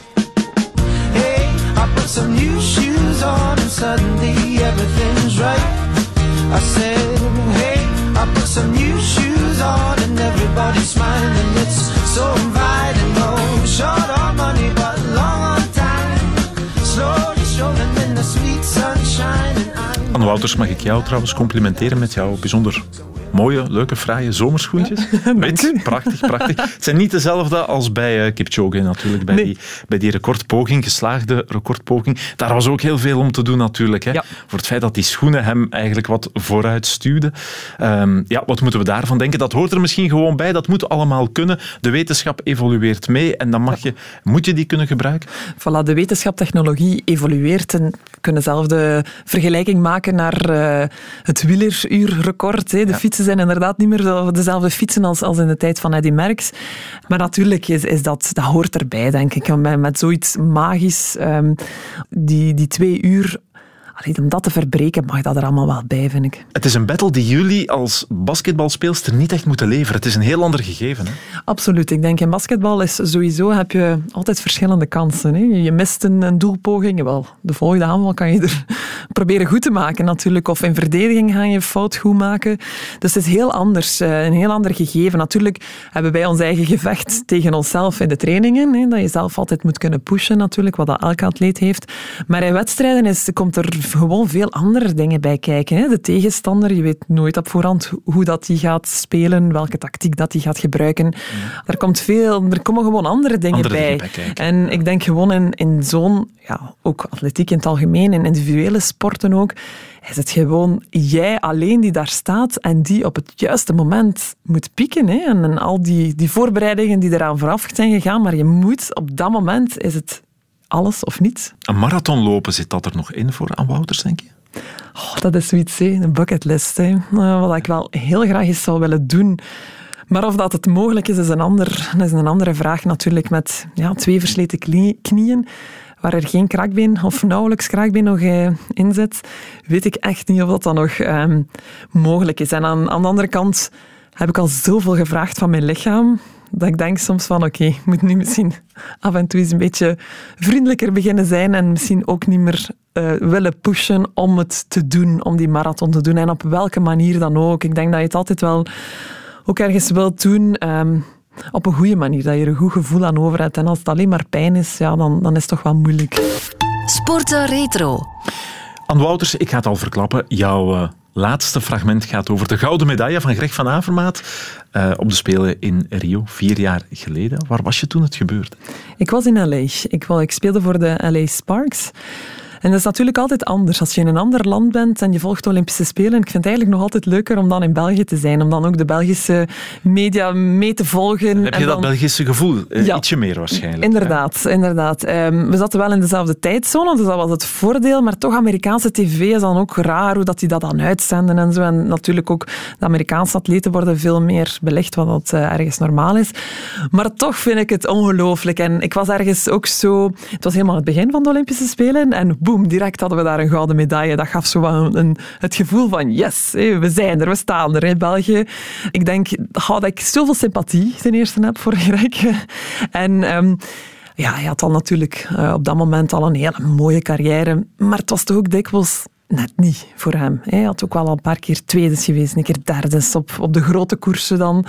Hey, I put some new shoes on and suddenly everything's right. I said, hey, I put some new shoes on and everybody's smiling. It's so inviting. No short on money, but long on time. Slowly strolling in the sweet sunshine. Anne Wouters, mag ik jou trouwens complimenteren met jouw bijzonder mooie, leuke, fraaie zomerschoentjes. Wit, prachtig. Het zijn niet dezelfde als bij Kipchoge natuurlijk, bij die recordpoging, geslaagde recordpoging. Daar was ook heel veel om te doen natuurlijk. Hè? Ja. Voor het feit dat die schoenen hem eigenlijk wat vooruit stuwden. Wat moeten we daarvan denken? Dat hoort er misschien gewoon bij, dat moet allemaal kunnen. De wetenschap evolueert mee en dan moet je die kunnen gebruiken. Voilà, de wetenschap, technologie evolueert en we kunnen zelf de vergelijking maken naar het wieleruurrecord. De fietsen zijn inderdaad niet meer dezelfde fietsen als in de tijd van Eddy Merckx. Maar natuurlijk is dat hoort erbij, denk ik. Met zoiets magisch, die 2 uur... om dat te verbreken mag dat er allemaal wel bij, vind ik. Het is een battle die jullie als basketbalspeelster niet echt moeten leveren. Het is een heel ander gegeven. Hè? Absoluut. Ik denk in basketbal is sowieso heb je altijd verschillende kansen. Hè? Je mist een doelpoging. Wel, de volgende aanval kan je er proberen goed te maken natuurlijk. Of in verdediging ga je fout goed maken. Dus het is heel anders. Een heel ander gegeven. Natuurlijk hebben wij ons eigen gevecht tegen onszelf in de trainingen. Hè? Dat je zelf altijd moet kunnen pushen natuurlijk, wat dat elke atleet heeft. Maar in wedstrijden komt er gewoon veel andere dingen bij kijken. Hè? De tegenstander, je weet nooit op voorhand hoe dat die gaat spelen, welke tactiek dat die gaat gebruiken. Er komen gewoon andere dingen bij. En ik denk gewoon in zo'n, ook atletiek in het algemeen, in individuele sporten ook, is het gewoon jij alleen die daar staat en die op het juiste moment moet pieken. Hè? En al die voorbereidingen die eraan vooraf zijn gegaan, maar je moet op dat moment, is het alles of niets. Een marathon lopen, zit dat er nog in voor Anne Wouters, denk je? Dat is zoiets, een bucketlist. Wat ik wel heel graag eens zou willen doen. Maar of dat het mogelijk is een andere vraag natuurlijk. Met 2 versleten knieën, waar er geen kraakbeen of nauwelijks kraakbeen nog in zit, weet ik echt niet of dat dan nog mogelijk is. En aan de andere kant heb ik al zoveel gevraagd van mijn lichaam, dat ik denk soms van ik moet nu misschien af en toe eens een beetje vriendelijker beginnen zijn en misschien ook niet meer willen pushen om het te doen, om die marathon te doen. En op welke manier dan ook. Ik denk dat je het altijd wel ook ergens wilt doen op een goede manier, dat je er een goed gevoel aan over hebt. En als het alleen maar pijn is, dan is het toch wel moeilijk. Sporten Retro. Anne Wouters, ik ga het al verklappen. Jouw laatste fragment gaat over de gouden medaille van Greg van Avermaat op de Spelen in Rio, 4 jaar geleden. Waar was je toen het gebeurde? Ik was in LA. Ik speelde voor de LA Sparks. En dat is natuurlijk altijd anders. Als je in een ander land bent en je volgt de Olympische Spelen, ik vind het eigenlijk nog altijd leuker om dan in België te zijn, om dan ook de Belgische media mee te volgen. Dan heb je dat Belgische gevoel, ietsje meer waarschijnlijk. Inderdaad. We zaten wel in dezelfde tijdzone, dus dat was het voordeel, maar toch Amerikaanse tv is dan ook raar hoe dat die dat dan uitzenden en zo. En natuurlijk ook de Amerikaanse atleten worden veel meer belicht, wat dat ergens normaal is. Maar toch vind ik het ongelooflijk. En ik was ergens ook zo... Het was helemaal het begin van de Olympische Spelen en boem, direct hadden we daar een gouden medaille. Dat gaf zo het gevoel van yes, we zijn er, we staan er in België. Ik denk dat ik zoveel sympathie ten eerste heb voor Greg. En hij had al natuurlijk op dat moment al een hele mooie carrière, maar het was toch ook dikwijls net niet voor hem. Hij had ook wel al een paar keer tweede geweest, een keer derde op de grote koersen dan.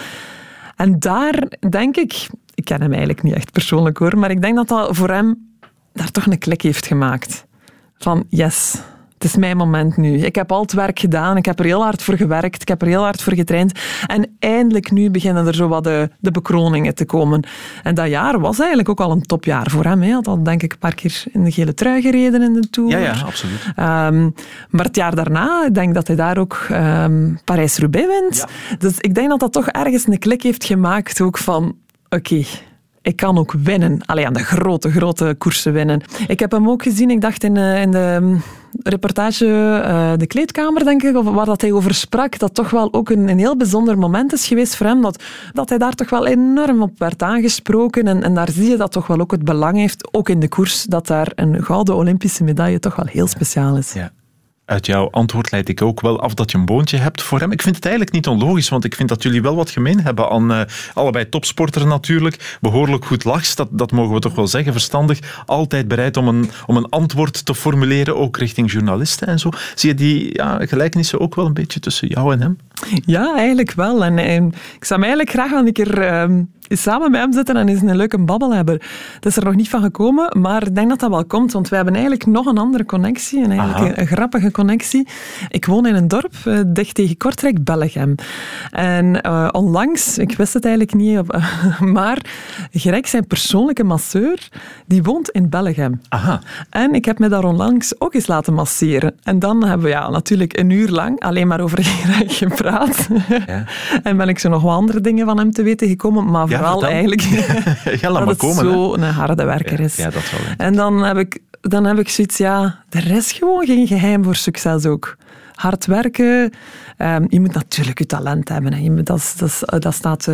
En daar denk ik ken hem eigenlijk niet echt persoonlijk hoor, maar ik denk dat dat voor hem daar toch een klik heeft gemaakt. Van yes, Het is mijn moment nu. Ik heb al het werk gedaan. Ik heb er heel hard voor gewerkt. Ik heb er heel hard voor getraind. En eindelijk nu beginnen er zo wat de bekroningen te komen. En dat jaar was eigenlijk ook al een topjaar voor hem. Hij had al denk ik een paar keer in de gele trui gereden in de Tour. Ja, absoluut. Maar het jaar daarna, ik denk dat hij daar ook Parijs-Roubaix wint. Ja. Dus ik denk dat dat toch ergens een klik heeft gemaakt ook van... Oké, ik kan ook winnen. Allee, aan de grote koersen winnen. Ik heb hem ook gezien, ik dacht in de reportage De Kleedkamer, denk ik, waar dat hij over sprak, dat toch wel ook een heel bijzonder moment is geweest voor hem, dat hij daar toch wel enorm op werd aangesproken. En daar zie je dat toch wel ook het belang heeft, ook in de koers, dat daar een gouden Olympische medaille toch wel heel speciaal is. Ja. Uit jouw antwoord leid ik ook wel af dat je een boontje hebt voor hem. Ik vind het eigenlijk niet onlogisch, want ik vind dat jullie wel wat gemeen hebben aan allebei topsporter natuurlijk. Behoorlijk goed lachs, dat mogen we toch wel zeggen. Verstandig, altijd bereid om een antwoord te formuleren, ook richting journalisten en zo. Zie je die gelijkenissen ook wel een beetje tussen jou en hem? Ja, eigenlijk wel. En ik zou me eigenlijk graag wel een keer samen met hem zitten en eens een leuke babbel hebben. Dat is er nog niet van gekomen, maar ik denk dat dat wel komt, want wij hebben eigenlijk nog een andere connectie, en eigenlijk een grappige connectie. Ik woon in een dorp dicht tegen Kortrijk, Bellegem. En onlangs, ik wist het eigenlijk niet, maar Greg, zijn persoonlijke masseur, die woont in Bellegem. Aha. En ik heb me daar onlangs ook eens laten masseren. En dan hebben we natuurlijk een uur lang alleen maar over Greg gepraat. Ja. En ben ik zo nog wat andere dingen van hem te weten gekomen, maar vooral eigenlijk laat maar komen, het zo een harde werker is. Ja, dat wel. En dan heb ik zoiets, er is gewoon geen geheim voor succes ook. Hard werken, je moet natuurlijk je talent hebben. Hè. Dat staat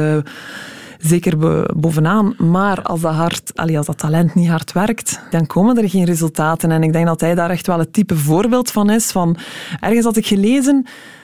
zeker bovenaan. Maar als dat talent niet hard werkt, dan komen er geen resultaten. En ik denk dat hij daar echt wel het type voorbeeld van is. Ergens had ik gelezen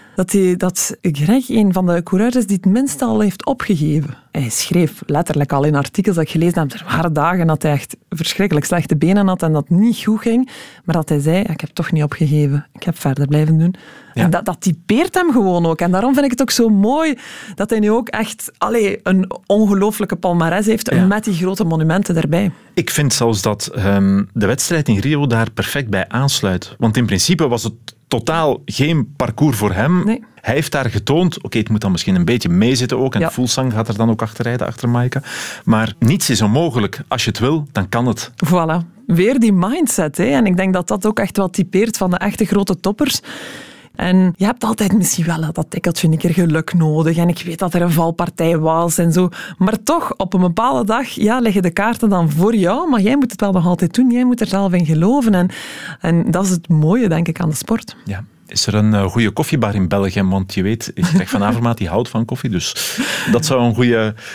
dat Greg een van de coureurs is die het minst al heeft opgegeven. Hij schreef letterlijk al in artikels dat ik gelezen heb, er waren dagen dat hij echt verschrikkelijk slechte benen had en dat het niet goed ging, maar dat hij zei, ik heb toch niet opgegeven, ik heb verder blijven doen. Ja. En dat typeert hem gewoon ook. En daarom vind ik het ook zo mooi dat hij nu ook echt een ongelooflijke palmares heeft met die grote monumenten erbij. Ik vind zelfs dat de wedstrijd in Rio daar perfect bij aansluit. Want in principe was het totaal geen parcours voor hem. Nee. Hij heeft daar getoond, het moet dan misschien een beetje meezitten ook, en Fuglsang gaat er dan ook achterrijden, achter Maaike. Maar niets is onmogelijk. Als je het wil, dan kan het. Voilà. Weer die mindset. Hè? En ik denk dat dat ook echt wel typeert van de echte grote toppers. En je hebt altijd misschien wel dat tikkeltje een keer geluk nodig. En ik weet dat er een valpartij was en zo. Maar toch, op een bepaalde dag liggen de kaarten dan voor jou. Maar jij moet het wel nog altijd doen. Jij moet er zelf in geloven. En dat is het mooie, denk ik, aan de sport. Ja. Is er een goede koffiebar in België? Want je weet, Greg van Avermaat die houdt van koffie. Dus dat zou een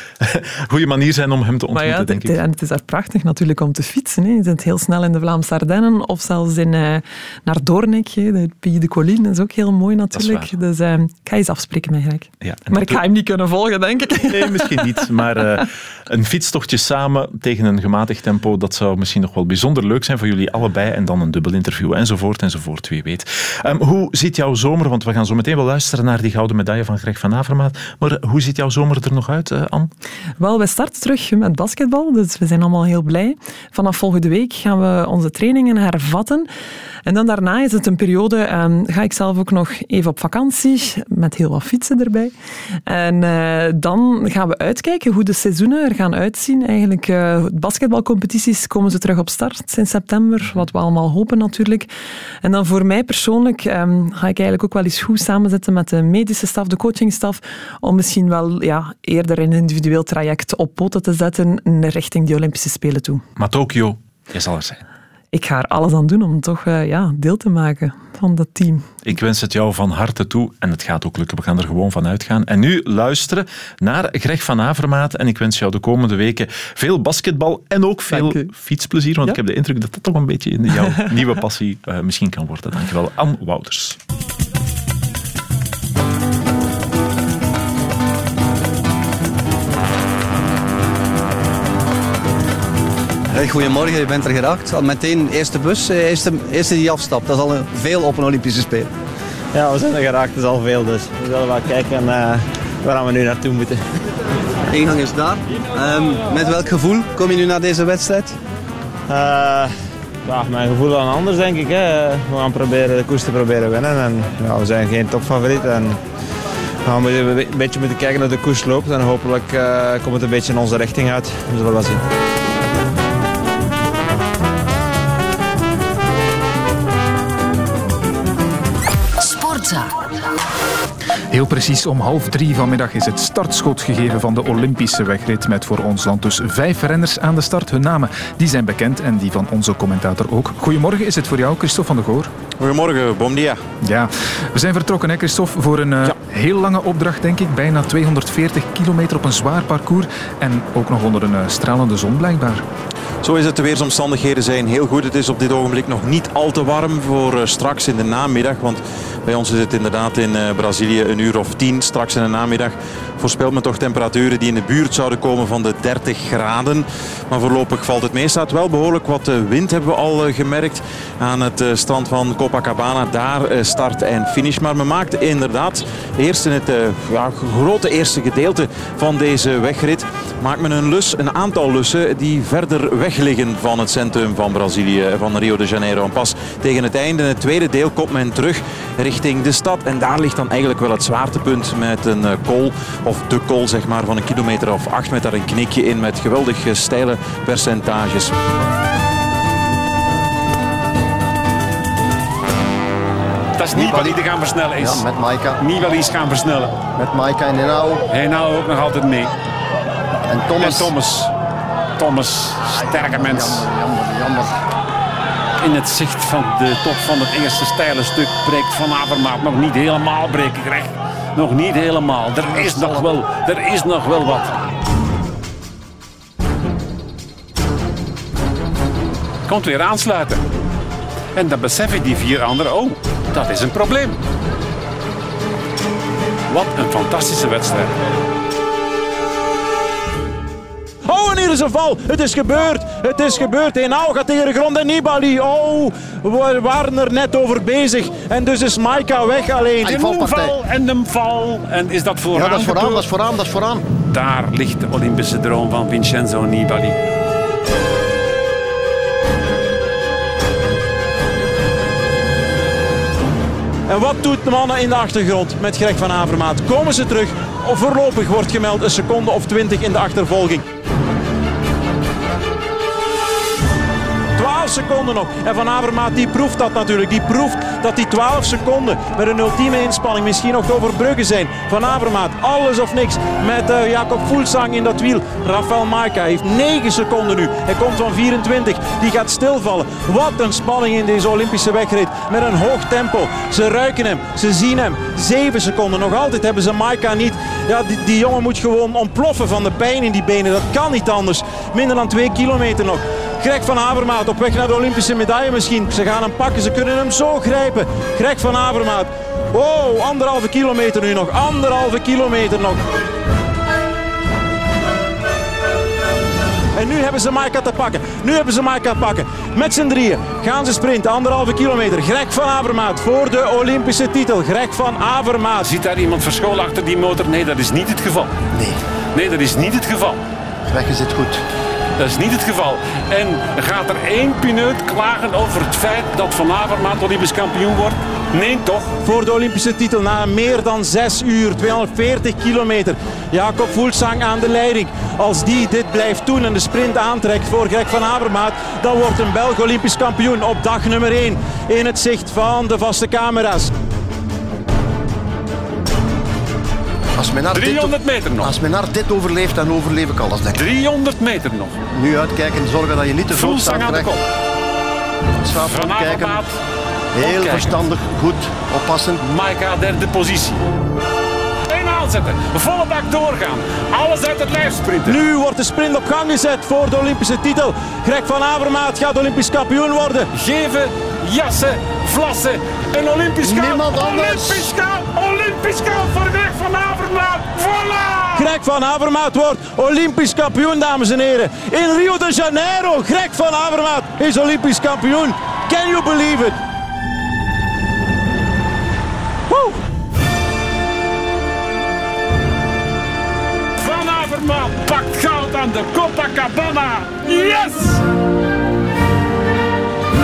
goede manier zijn om hem te ontmoeten, denk ik. En het is daar prachtig natuurlijk om te fietsen. Hè. Je zit heel snel in de Vlaamse Ardennen of zelfs naar Doornik. De Puy de Colline is ook heel mooi natuurlijk. Dus ik ga eens afspreken met Greg. Ja, maar ik ga hem niet kunnen volgen, denk ik. Nee, misschien niet. Maar een fietstochtje samen tegen een gematigd tempo, dat zou misschien nog wel bijzonder leuk zijn voor jullie allebei. En dan een dubbel interview enzovoort, wie weet. Hoe ziet jouw zomer, want we gaan zo meteen wel luisteren naar die gouden medaille van Greg van Avermaat, maar hoe ziet jouw zomer er nog uit, Anne? Wel, we starten terug met basketbal, dus we zijn allemaal heel blij. Vanaf volgende week gaan we onze trainingen hervatten. En dan daarna is het een periode, ga ik zelf ook nog even op vakantie, met heel wat fietsen erbij. En dan gaan we uitkijken hoe de seizoenen er gaan uitzien. Eigenlijk, basketbalcompetities komen ze terug op start in september, wat we allemaal hopen natuurlijk. En dan voor mij persoonlijk ga ik eigenlijk ook wel eens goed samenzitten met de medische staf, de coachingstaf, om misschien wel eerder een individueel traject op poten te zetten richting die Olympische Spelen toe. Maar Tokio, je zal er zijn. Ik ga er alles aan doen om toch deel te maken van dat team. Ik wens het jou van harte toe en het gaat ook lukken. We gaan er gewoon van uitgaan. En nu luisteren naar Greg van Avermaat en ik wens jou de komende weken veel basketbal en ook veel fietsplezier, want ik heb de indruk dat dat toch een beetje in jouw nieuwe passie misschien kan worden. Dankjewel, Anne Wouters. Goedemorgen, je bent er geraakt. Al meteen eerste bus, eerste die afstapt. Dat is al veel op een Olympische Spelen. Ja, we zijn er geraakt, dat is al veel. Dus we zullen wel kijken waar we nu naartoe moeten. De ingang is daar. Met welk gevoel kom je nu naar deze wedstrijd? Ja, mijn gevoel dan anders, denk ik. Hè. We gaan proberen de koers te proberen winnen. En, ja, we zijn geen topfavoriet. En we gaan een beetje moeten kijken hoe de koers loopt. En hopelijk komt het een beetje in onze richting uit. We zullen wel zien. Heel precies om 2:30 vanmiddag is het startschot gegeven van de Olympische wegrit met voor ons land dus 5 renners aan de start. Hun namen die zijn bekend en die van onze commentator ook. Goedemorgen, is het voor jou, Christophe van der Goor? Goedemorgen, bom dia. Ja, we zijn vertrokken, hè, Christophe, voor een heel lange opdracht, denk ik. Bijna 240 kilometer op een zwaar parcours en ook nog onder een stralende zon, blijkbaar. Zo is het, de weersomstandigheden zijn heel goed. Het is op dit ogenblik nog niet al te warm voor straks in de namiddag. Want bij ons is het inderdaad in Brazilië 10:00 straks in de namiddag. Voorspelt men toch temperaturen die in de buurt zouden komen van de 30 graden. Maar voorlopig valt het mee. Staat wel behoorlijk wat wind, hebben we al gemerkt. Aan het strand van Copacabana. Daar start en finish. Maar men maakt inderdaad eerst in het grote eerste gedeelte van deze wegrit maakt men een aantal lussen die verder weg liggen van het centrum van Brazilië, van Rio de Janeiro. En pas tegen het einde, in het tweede deel, komt men terug richting de stad. En daar ligt dan eigenlijk wel het zwaartepunt met een col, of de col zeg maar, van 1 kilometer of 8 met daar een knikje in met geweldig steile percentages. Dat is Nibali die gaan versnellen is. Ja, met Maika. Nibali is gaan versnellen. Met Maika en Henao. Henao ook nog altijd mee. En Thomas, sterke mens. Jammer. In het zicht van de top van het eerste steile stuk breekt Van Avermaat nog niet helemaal, breek ik recht. Nog niet helemaal. Er is nog wel wat. Komt weer aansluiten. En dan beseffen die 4 anderen, oh, dat is een probleem. Wat een fantastische wedstrijd. Oh, en hier is een val. Het is gebeurd. Henao gaat tegen de grond en Nibali. Oh, we waren er net over bezig. En dus is Maika weg alleen. Een val. En is dat vooraan? Ja, dat is vooraan. Daar ligt de Olympische droom van Vincenzo Nibali. En wat doet de mannen in de achtergrond met Greg van Avermaat? Komen ze terug? Of voorlopig wordt gemeld 1 seconde of 20 in de achtervolging. 12 seconden nog. En Van Avermaat die proeft dat natuurlijk. Die proeft dat die 12 seconden met een ultieme inspanning misschien nog te overbruggen zijn. Van Avermaat, alles of niks. Met Jakob Fuglsang in dat wiel. Rafael Maika heeft 9 seconden nu. Hij komt van 24. Die gaat stilvallen. Wat een spanning in deze Olympische wegrit. Met een hoog tempo. Ze ruiken hem. Ze zien hem. 7 seconden. Nog altijd hebben ze Maika niet. Ja, die jongen moet gewoon ontploffen van de pijn in die benen. Dat kan niet anders. Minder dan 2 kilometer nog. Greg van Avermaat op weg naar de Olympische medaille misschien. Ze gaan hem pakken, ze kunnen hem zo grijpen. Greg van Avermaat. Oh, 1,5 kilometer nu nog. 1,5 kilometer nog. En nu hebben ze Maika te pakken. Met z'n drieën gaan ze sprinten. 1,5 kilometer. Greg van Avermaat voor de Olympische titel. Greg van Avermaat. Ziet daar iemand verscholen achter die motor? Nee, dat is niet het geval. Nee, dat is niet het geval. Greg zit goed. Dat is niet het geval. En gaat er één pineut klagen over het feit dat Van Avermaat Olympisch kampioen wordt? Nee, toch? Voor de Olympische titel na meer dan 6 uur, 240 kilometer. Jakob Fuglsang aan de leiding. Als die dit blijft doen en de sprint aantrekt voor Greg van Avermaat, dan wordt een Belg Olympisch kampioen op dag nummer 1 in het zicht van de vaste camera's. 300 meter nog. Als men dit overleeft, dan overleef ik alles, denk ik. 300 meter nog. Nu uitkijken, zorgen dat je niet te veel staat aan de kop. Van Avermaat. Heel verstandig, goed, oppassen. Maika, 3e positie. En aanzetten, volle bak doorgaan. Alles uit het lijf sprinten. Nu wordt de sprint op gang gezet voor de Olympische titel. Greg van Avermaat gaat Olympisch kampioen worden. Geven, jassen, vlassen. Een Olympisch goud. Niemand anders. Olympisch goud voor Greg van Avermaat. Voilà! Greg van Avermaat wordt Olympisch kampioen, dames en heren. In Rio de Janeiro. Greg van Avermaat is Olympisch kampioen. Can you believe it? Woe! Van Avermaat pakt goud aan de Copacabana. Yes!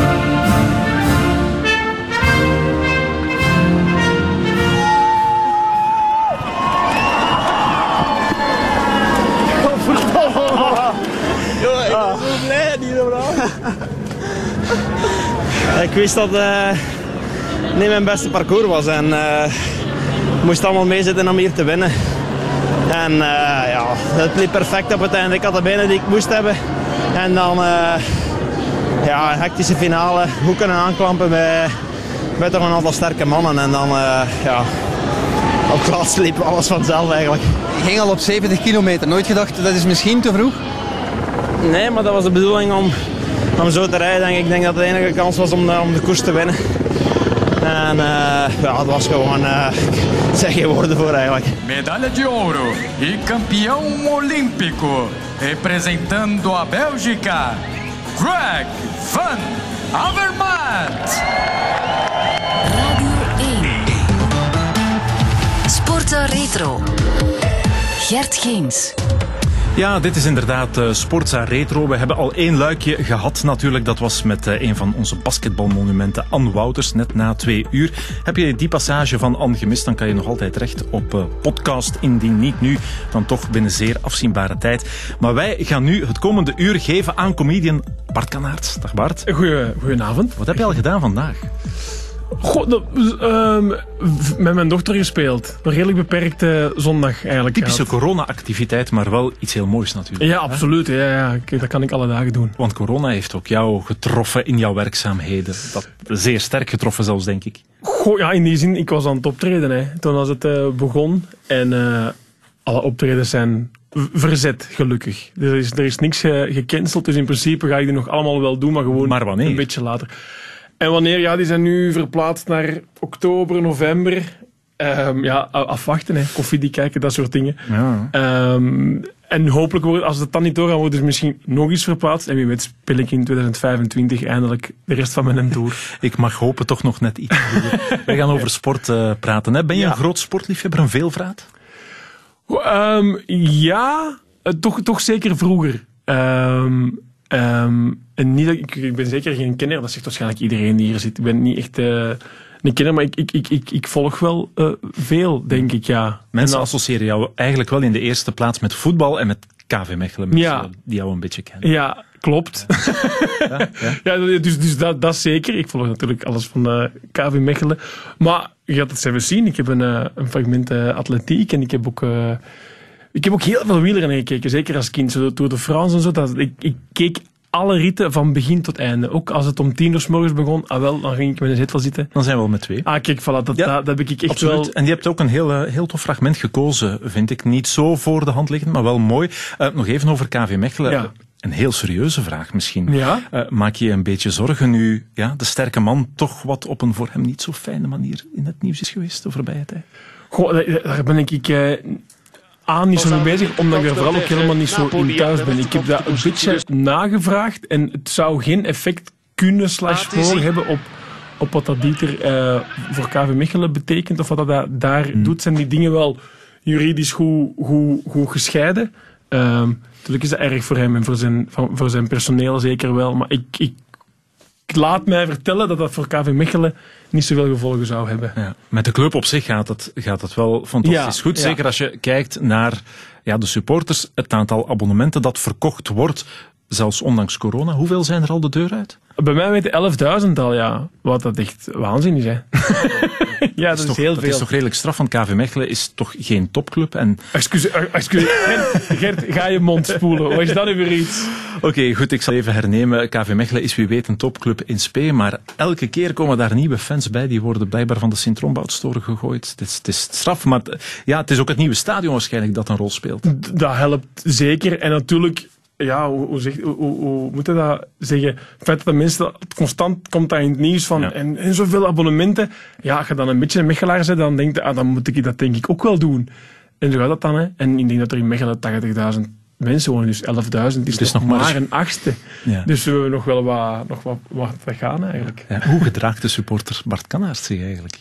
Ik wist dat het niet mijn beste parcours was en moest allemaal meezitten om hier te winnen. En het liep perfect op het einde. Ik had de benen die ik moest hebben. En dan een hectische finale. Goed kunnen aanklampen bij toch een aantal sterke mannen. En dan op het laatste liep alles vanzelf eigenlijk. Je ging al op 70 kilometer. Nooit gedacht, dat is misschien te vroeg? Nee, maar dat was de bedoeling om zo te rijden. Ik denk dat de enige kans was om de koers te winnen. En het was gewoon, zeg geen woorden voor eigenlijk. Medalha de ouro e campeão olímpico, representando a Bélgica, Greg van Avermaet. Radio 1. Sportza Retro. Gert Geens. Ja, dit is inderdaad Sportza Retro. We hebben al 1 luikje gehad natuurlijk. Dat was met een van onze basketbalmonumenten, Anne Wouters, net na 2 uur. Heb je die passage van Anne gemist, dan kan je nog altijd terecht op podcast. Indien niet nu, dan toch binnen zeer afzienbare tijd. Maar wij gaan nu het komende uur geven aan comedian Bart Kanaerts. Dag Bart. Goedenavond. Wat heb je al gedaan vandaag? Met mijn dochter gespeeld. Een redelijk beperkte zondag eigenlijk. Typische corona-activiteit, maar wel iets heel moois natuurlijk. Ja, absoluut. Ja. Dat kan ik alle dagen doen. Want corona heeft ook jou getroffen in jouw werkzaamheden. Dat zeer sterk getroffen zelfs, denk ik. Ja, in die zin, ik was aan het optreden. Hè. Toen als het begon. En alle optredens zijn verzet, gelukkig. Er is niks gecanceld, dus in principe ga ik die nog allemaal wel doen, maar gewoon een beetje later. En wanneer? Ja, die zijn nu verplaatst naar oktober, november. Afwachten, hè. Koffiedik kijken, dat soort dingen. Ja. En hopelijk, als het dan niet doorgaat, wordt het misschien nog eens verplaatst. En wie weet speel ik in 2025 eindelijk de rest van mijn tour. Ik mag hopen toch nog net iets. Wij gaan over sport praten. Hè? Ben je een groot sportliefhebber, een veelvraat? Toch zeker vroeger. En niet dat ik ben zeker geen kenner, dat zegt waarschijnlijk iedereen die hier zit. Ik ben niet echt een kenner, maar ik volg wel veel, denk ik, ja. Mensen associëren jou eigenlijk wel in de eerste plaats met voetbal en met KV Mechelen, mensen die jou een beetje kennen. Ja, klopt. Dus dat zeker. Ik volg natuurlijk alles van KV Mechelen. Maar je gaat het zelf zien, ik heb een fragment atletiek en ik heb ook heel veel wielrennen gekeken, zeker als kind. Zo Tour de France en zo. Ik keek alle ritten van begin tot einde. Ook als het om 10:00 's morgens begon, dan ging ik met een zetel zitten. Dan zijn we al met 2. Kijk, voilà, dat heb ik echt absoluut. wel... En je hebt ook een heel tof fragment gekozen, vind ik. Niet zo voor de hand liggend, maar wel mooi. Nog even over KV Mechelen. Ja. Een heel serieuze vraag misschien. Ja? Maak je een beetje zorgen nu de sterke man toch wat op een voor hem niet zo fijne manier in het nieuws is geweest de voorbije tijd? Daar ben ik niet zo mee bezig, omdat ik er vooral ook helemaal niet zo in thuis ben. Ik heb dat een beetje nagevraagd en het zou geen effect kunnen / hebben op wat dat Dieter voor KV Mechelen betekent of wat dat daar doet. Zijn die dingen wel juridisch goed gescheiden? Natuurlijk is dat erg voor hem en voor zijn personeel zeker wel, maar ik laat mij vertellen dat voor KV Mechelen niet zoveel gevolgen zou hebben. Ja. Met de club op zich gaat het wel fantastisch goed. Zeker als je kijkt naar de supporters, het aantal abonnementen dat verkocht wordt, zelfs ondanks corona. Hoeveel zijn er al de deur uit? Bij mij weten 11.000 al, ja. Wat dat echt waanzin is, hè. Ja, dat is heel veel. Dat is toch redelijk straf, want KV Mechelen is toch geen topclub. En... Excuus. Gert, ga je mond spoelen. Wat is dat nu weer iets? Oké, goed, ik zal even hernemen. KV Mechelen is wie weet een topclub in Spee, maar elke keer komen daar nieuwe fans bij. Die worden blijkbaar van de Sint-Romboudstoren gegooid. Het is straf, maar het is ook het nieuwe stadion waarschijnlijk dat een rol speelt. Dat helpt zeker. En natuurlijk... Ja, hoe moet je dat zeggen? Het feit dat de mensen constant komt dat in het nieuws van en zoveel abonnementen. Ja, als je dan een beetje een Mechelaar bent, dan denk je, dan moet ik dat denk ik ook wel doen. En zo gaat dat dan, hè. En ik denk dat er in Mechelen 80.000 mensen wonen, dus 11.000 is nog maar een achtste. Ja. Dus we hebben nog wel wat te gaan eigenlijk. Ja, hoe gedraagt de supporter Bart Kanaerts zich eigenlijk?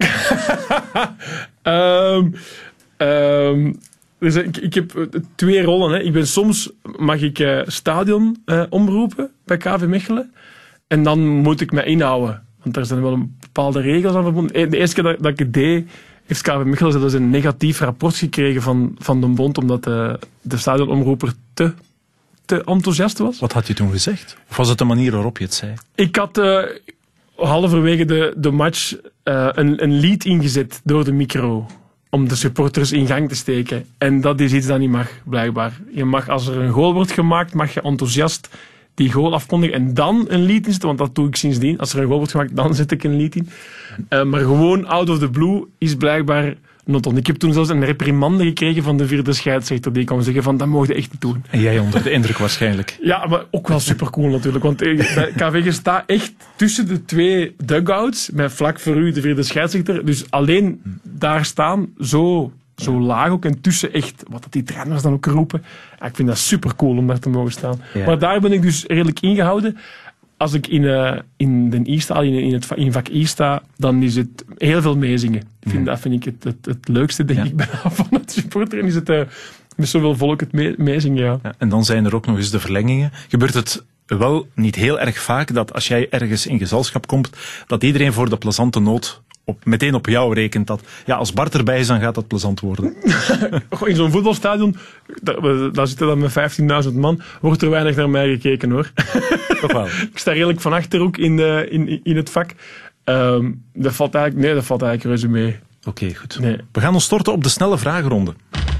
Dus ik heb 2 rollen. Hè. Soms mag ik stadion omroepen bij KV Mechelen. En dan moet ik me inhouden. Want er zijn wel bepaalde regels aan verbonden. De eerste keer dat ik het deed, heeft KV Mechelen zelfs een negatief rapport gekregen van de bond, omdat de stadionomroeper te te enthousiast was. Wat had je toen gezegd? Of was het de manier waarop je het zei? Ik had halverwege de match een lied ingezet door de micro. Om de supporters in gang te steken. En dat is iets dat niet mag, blijkbaar. Je mag, als er een goal wordt gemaakt, mag je enthousiast die goal afkondigen en dan een lied inzetten, want dat doe ik sindsdien. Als er een goal wordt gemaakt, dan zet ik een lied in. Maar gewoon out of the blue is blijkbaar not on. Ik heb toen zelfs een reprimande gekregen van de vierde scheidsrechter die kwam zeggen van, dat mocht je echt niet doen. En jij onder de indruk waarschijnlijk. Ja, maar ook wel supercool natuurlijk, want KV staat echt tussen de twee dugouts, met vlak voor u de vierde scheidsrechter. Dus alleen daar staan, zo laag ook, en tussen echt, wat dat die trainers dan ook roepen. Ja, ik vind dat super cool om daar te mogen staan. Ja. Maar daar ben ik dus redelijk ingehouden. Als ik in de I sta, in vak I sta, dan is het heel veel meezingen. Dat vind ik het leukste, denk ik, van het supporter. En is het met zoveel volk het meezingen, ja. En dan zijn er ook nog eens de verlengingen. Gebeurt het wel niet heel erg vaak dat als jij ergens in gezelschap komt, dat iedereen voor de plezante noot meteen op jou rekent, dat als Bart erbij is, dan gaat dat plezant worden. In zo'n voetbalstadion, daar zitten dan met 15.000 man, wordt er weinig naar mij gekeken, hoor. Toch wel. Ik sta redelijk van achter ook in het vak. Dat valt eigenlijk reuze mee. Oké, goed. Nee. We gaan ons storten op de snelle vragenronde.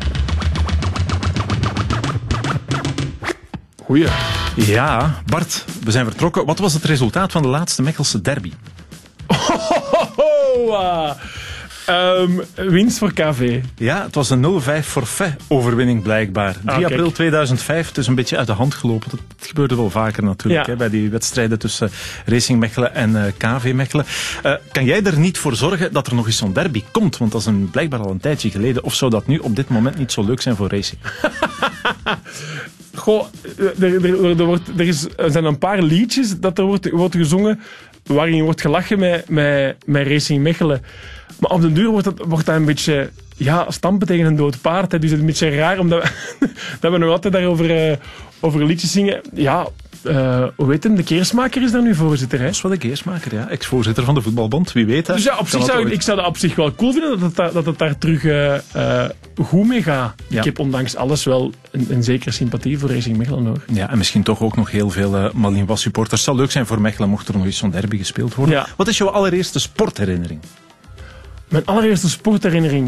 Goeie. Ja, Bart, we zijn vertrokken. Wat was het resultaat van de laatste Mechelse derby? Winst voor KV. Ja, het was een 0-5 forfait-overwinning blijkbaar. 3 april 2005, het is een beetje uit de hand gelopen. Dat gebeurde wel vaker natuurlijk, hè, bij die wedstrijden tussen Racing Mechelen en KV Mechelen. Kan jij er niet voor zorgen dat er nog eens zo'n derby komt? Want dat is blijkbaar al een tijdje geleden. Of zou dat nu op dit moment niet zo leuk zijn voor Racing? Goh, er zijn een paar liedjes dat er wordt gezongen waarin wordt gelachen met Racing Mechelen. Maar op den duur wordt dat een beetje stampen tegen een dood paard. Hè. Dus het is een beetje raar, omdat dat we nog altijd daarover over liedjes zingen. Ja, hoe weet hem? De Keersmaker is daar nu voorzitter. Hè? Dat is wel de Keersmaker, ja. Ex-voorzitter van de voetbalbond, wie weet. Hè. Dus ja, ik zou dat op zich wel cool vinden, dat het daar terug goed mee gaat. Ja. Ik heb ondanks alles wel een zekere sympathie voor Racing Mechelen, hoor. Ja, en misschien toch ook nog heel veel Malinois supporters. Het zou leuk zijn voor Mechelen mocht er nog eens zo'n derby gespeeld worden. Ja. Wat is jouw allereerste sportherinnering? Mijn allereerste sportherinnering?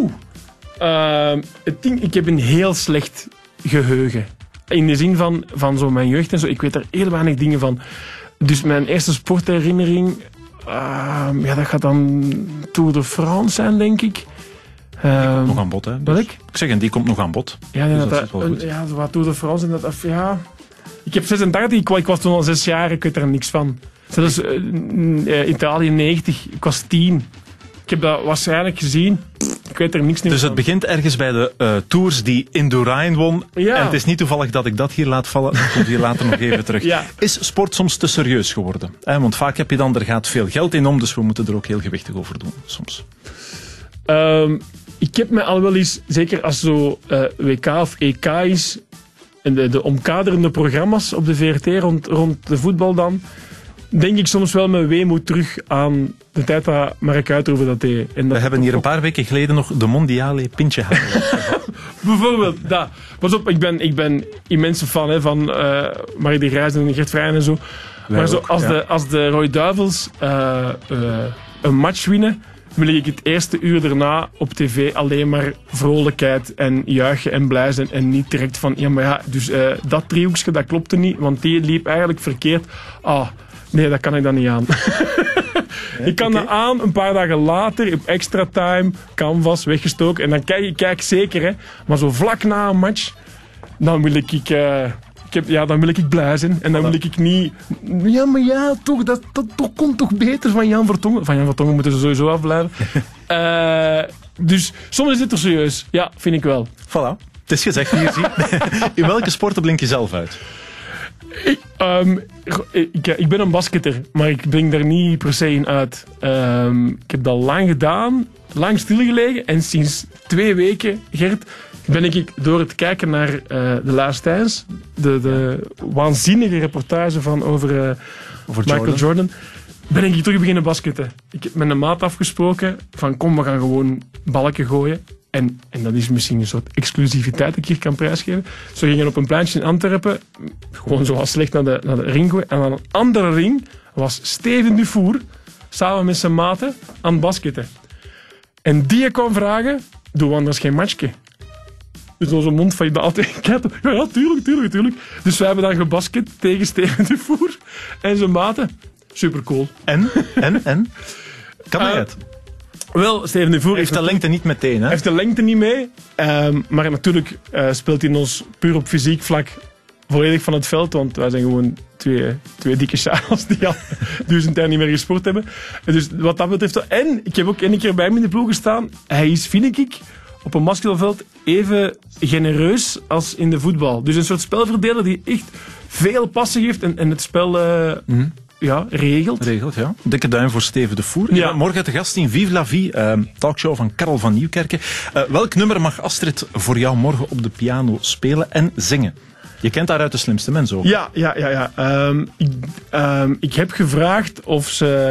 Ik heb een heel slecht geheugen. In de zin van zo mijn jeugd en zo. Ik weet er heel weinig dingen van. Dus mijn eerste sportherinnering, dat gaat dan Tour de France zijn, denk ik. Die komt nog aan bod, hè? Dus. Ik zeg, en die komt nog aan bod. Ja, dus dat is wel goed. Wat Tour de France en dat. Ja. Ik heb 86, ik was toen al 6 jaar, ik weet er niks van. Zelfs Italië 90, ik was 10. Ik heb dat waarschijnlijk gezien. Ik weet er niks meer Dus het begint ergens bij de Tours die Indurain won. Ja. En het is niet toevallig dat ik dat hier laat vallen. Dat komt hier later nog even terug. Ja. Is sport soms te serieus geworden? Want vaak heb je dan, er gaat veel geld in om, dus we moeten er ook heel gewichtig over doen, soms. Ik heb me al wel eens, zeker als zo WK of EK is, en de omkaderende programma's op de VRT rond de voetbal dan, denk ik soms wel met weemoed terug aan de tijd dat Mark Uitroeven dat deed. En dat we hebben hier een paar weken geleden nog de Mondiale Pintje halen. Bijvoorbeeld, dat. Pas op, ik ben immense fan van Marie de Grijs en Gert Vrijen en zo. Maar zo, als de Rode Duivels een match winnen, wil ik het eerste uur daarna op tv alleen maar vrolijkheid en juichen en blij zijn en niet direct van, dus dat driehoekje, dat klopte niet, want die liep eigenlijk verkeerd. Nee, dat kan ik dan niet aan. Ik kan dat aan, een paar dagen later, op extra time, canvas, weggestoken. En dan kijk zeker, hè. Maar zo vlak na een match, dan wil dan wil ik blij zijn. En dan wil ik niet... Ja, maar toch, dat komt toch beter van Jan Vertongen. Van Jan Vertongen moeten ze sowieso afblijven. Dus soms is dit er serieus. Ja, vind ik wel. Voilà. Het is gezegd, hier zie. In welke sporten blink je zelf uit? Ik ben een basketter, maar ik blink daar niet per se in uit. Ik heb dat lang gedaan, lang stilgelegen. En sinds 2 weken, Gert, ben ik door het kijken naar de Last Dance, de waanzinnige reportage over Michael Jordan, ben ik terug beginnen basketten. Ik heb met een maat afgesproken van kom, we gaan gewoon balken gooien. En dat is misschien een soort exclusiviteit dat ik hier kan prijsgeven. Ze gingen op een pleintje in Antwerpen, gewoon zoals slecht naar de ring gooien. En aan een andere ring was Steven Dufour, samen met zijn maten, aan het basketten. En die kon vragen, doe we anders geen matchje? Dus zo'n mond van je altijd, ja, tuurlijk. Dus wij hebben dan gebasket tegen Steven Dufour en zijn maten. Supercool. En? Kan hij het? Wel, Steven Dufour heeft de lengte niet meteen, hè? Hij heeft de lengte niet mee. Maar natuurlijk speelt hij ons puur op fysiek vlak volledig van het veld. Want wij zijn gewoon twee dikke charles die al 1000 jaar niet meer gesport hebben. Dus wat dat betreft... En ik heb ook 1 keer bij hem in de ploeg gestaan. Hij is, vind ik, op een basketbalveld even genereus als in de voetbal. Dus een soort spelverdeler die echt veel passen geeft en het spel... regelt. Ja. Dikke duim voor Steven Dufour. Ja. Morgen te gast in Vive la Vie, talkshow van Karel van Nieuwkerken. Welk nummer mag Astrid voor jou morgen op de piano spelen en zingen? Je kent haar uit De Slimste Mens ook. Ja. Ik heb gevraagd of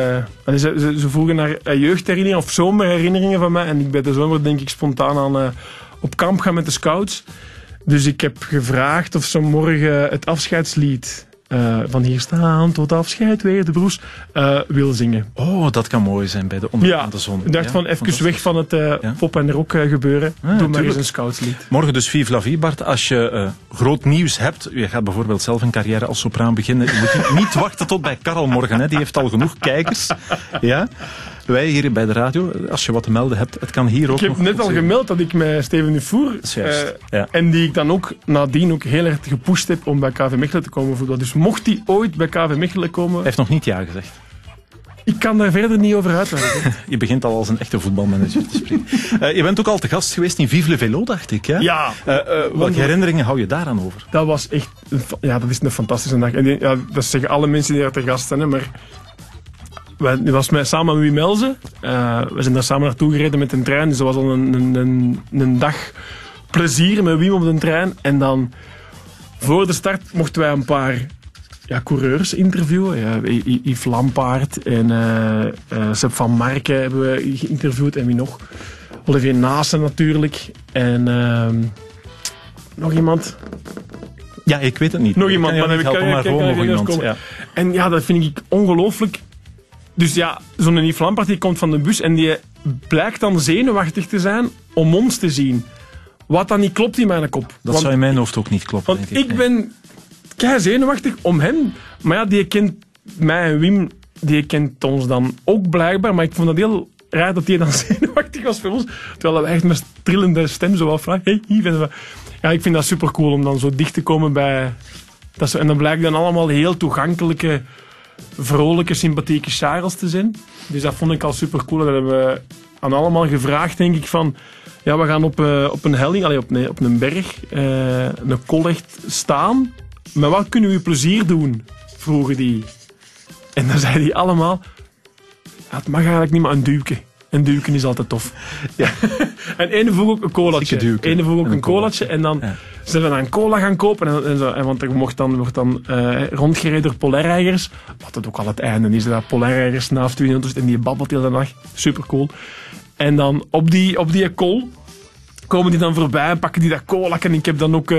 ze vroegen naar jeugdherinneringen of zomerherinneringen van mij. En ik bij de zomer denk ik spontaan op kamp gaan met de scouts. Dus ik heb gevraagd of ze morgen het afscheidslied... van hier staan tot afscheid weer de broers wil zingen. Oh, dat kan mooi zijn bij de ondergaande zon. Ik dacht van even weg van het pop en rock gebeuren. Doe maar eens een scoutslied. Morgen dus Vive la Vie, Bart. Als je groot nieuws hebt, je gaat bijvoorbeeld zelf een carrière als sopraan beginnen, je moet niet wachten tot bij Karel morgen. Hè. Die heeft al genoeg kijkers. Ja? Wij hier bij de radio, als je wat te melden hebt, het kan hier ook. Ik heb net al gemeld dat ik met Steven Dufour en die ik dan ook nadien ook heel erg gepusht heb om bij KV Mechelen te komen voetballen. Dus mocht hij ooit bij KV Mechelen komen... Hij heeft nog niet ja gezegd. Ik kan daar verder niet over uitleggen. Je begint al als een echte voetbalmanager te spreken. Je bent ook al te gast geweest in Vive le Vélo, dacht ik. Hè? Ja. Welke herinneringen hou je daaraan over? Dat was echt... dat is een fantastische dag. En dat zeggen alle mensen die daar te gast zijn, hè, maar... Het was samen met Wim Elze. We zijn daar samen naartoe gereden met een trein. Dus dat was al een dag plezier met Wim op de trein. En dan voor de start mochten wij een paar coureurs interviewen. Yves Lampaert en Sepp van Marken hebben we geïnterviewd. En wie nog? Olivier Naassen natuurlijk. En nog iemand... Ja, ik weet het niet. Nog iemand. Maar dan kan iemand. Ja. En dat vind ik ongelooflijk. Dus zo'n Yves Lampaert die komt van de bus en die blijkt dan zenuwachtig te zijn om ons te zien. Wat dan niet klopt in mijn kop. Dat zou in mijn hoofd ook niet kloppen. Want ik ben kei zenuwachtig om hem. Maar die kent mij en Wim, die kent ons dan ook blijkbaar. Maar ik vond dat heel raar dat hij dan zenuwachtig was voor ons. Terwijl hij echt met trillende stem zo vraagt. Hey, Yves. Ja, ik vind dat supercool om dan zo dicht te komen bij... En dan blijkt dan allemaal heel toegankelijke... vrolijke, sympathieke charles te zijn. Dus dat vond ik al super cool. Dat hebben we aan allemaal gevraagd, denk ik, van... Ja, we gaan op een helling, op een berg, een kollecht staan. Maar wat kunnen we u plezier doen? Vroegen die. En dan zeiden die allemaal... Ja, het mag eigenlijk niet, maar een duwke. Een duwke is altijd tof. Ja. En ene vroeg ook een colaatje. Ene vroeg ook een colaatje. En dan zijn we dan een cola gaan kopen. En zo. En want er wordt dan rondgereden door Polairrijgers. Wat het ook al het einde is. Dat Polairrijgers naast u en die babbelt heel de dag. Super cool. En dan op die kool komen die dan voorbij en pakken die dat cola. En ik heb dan ook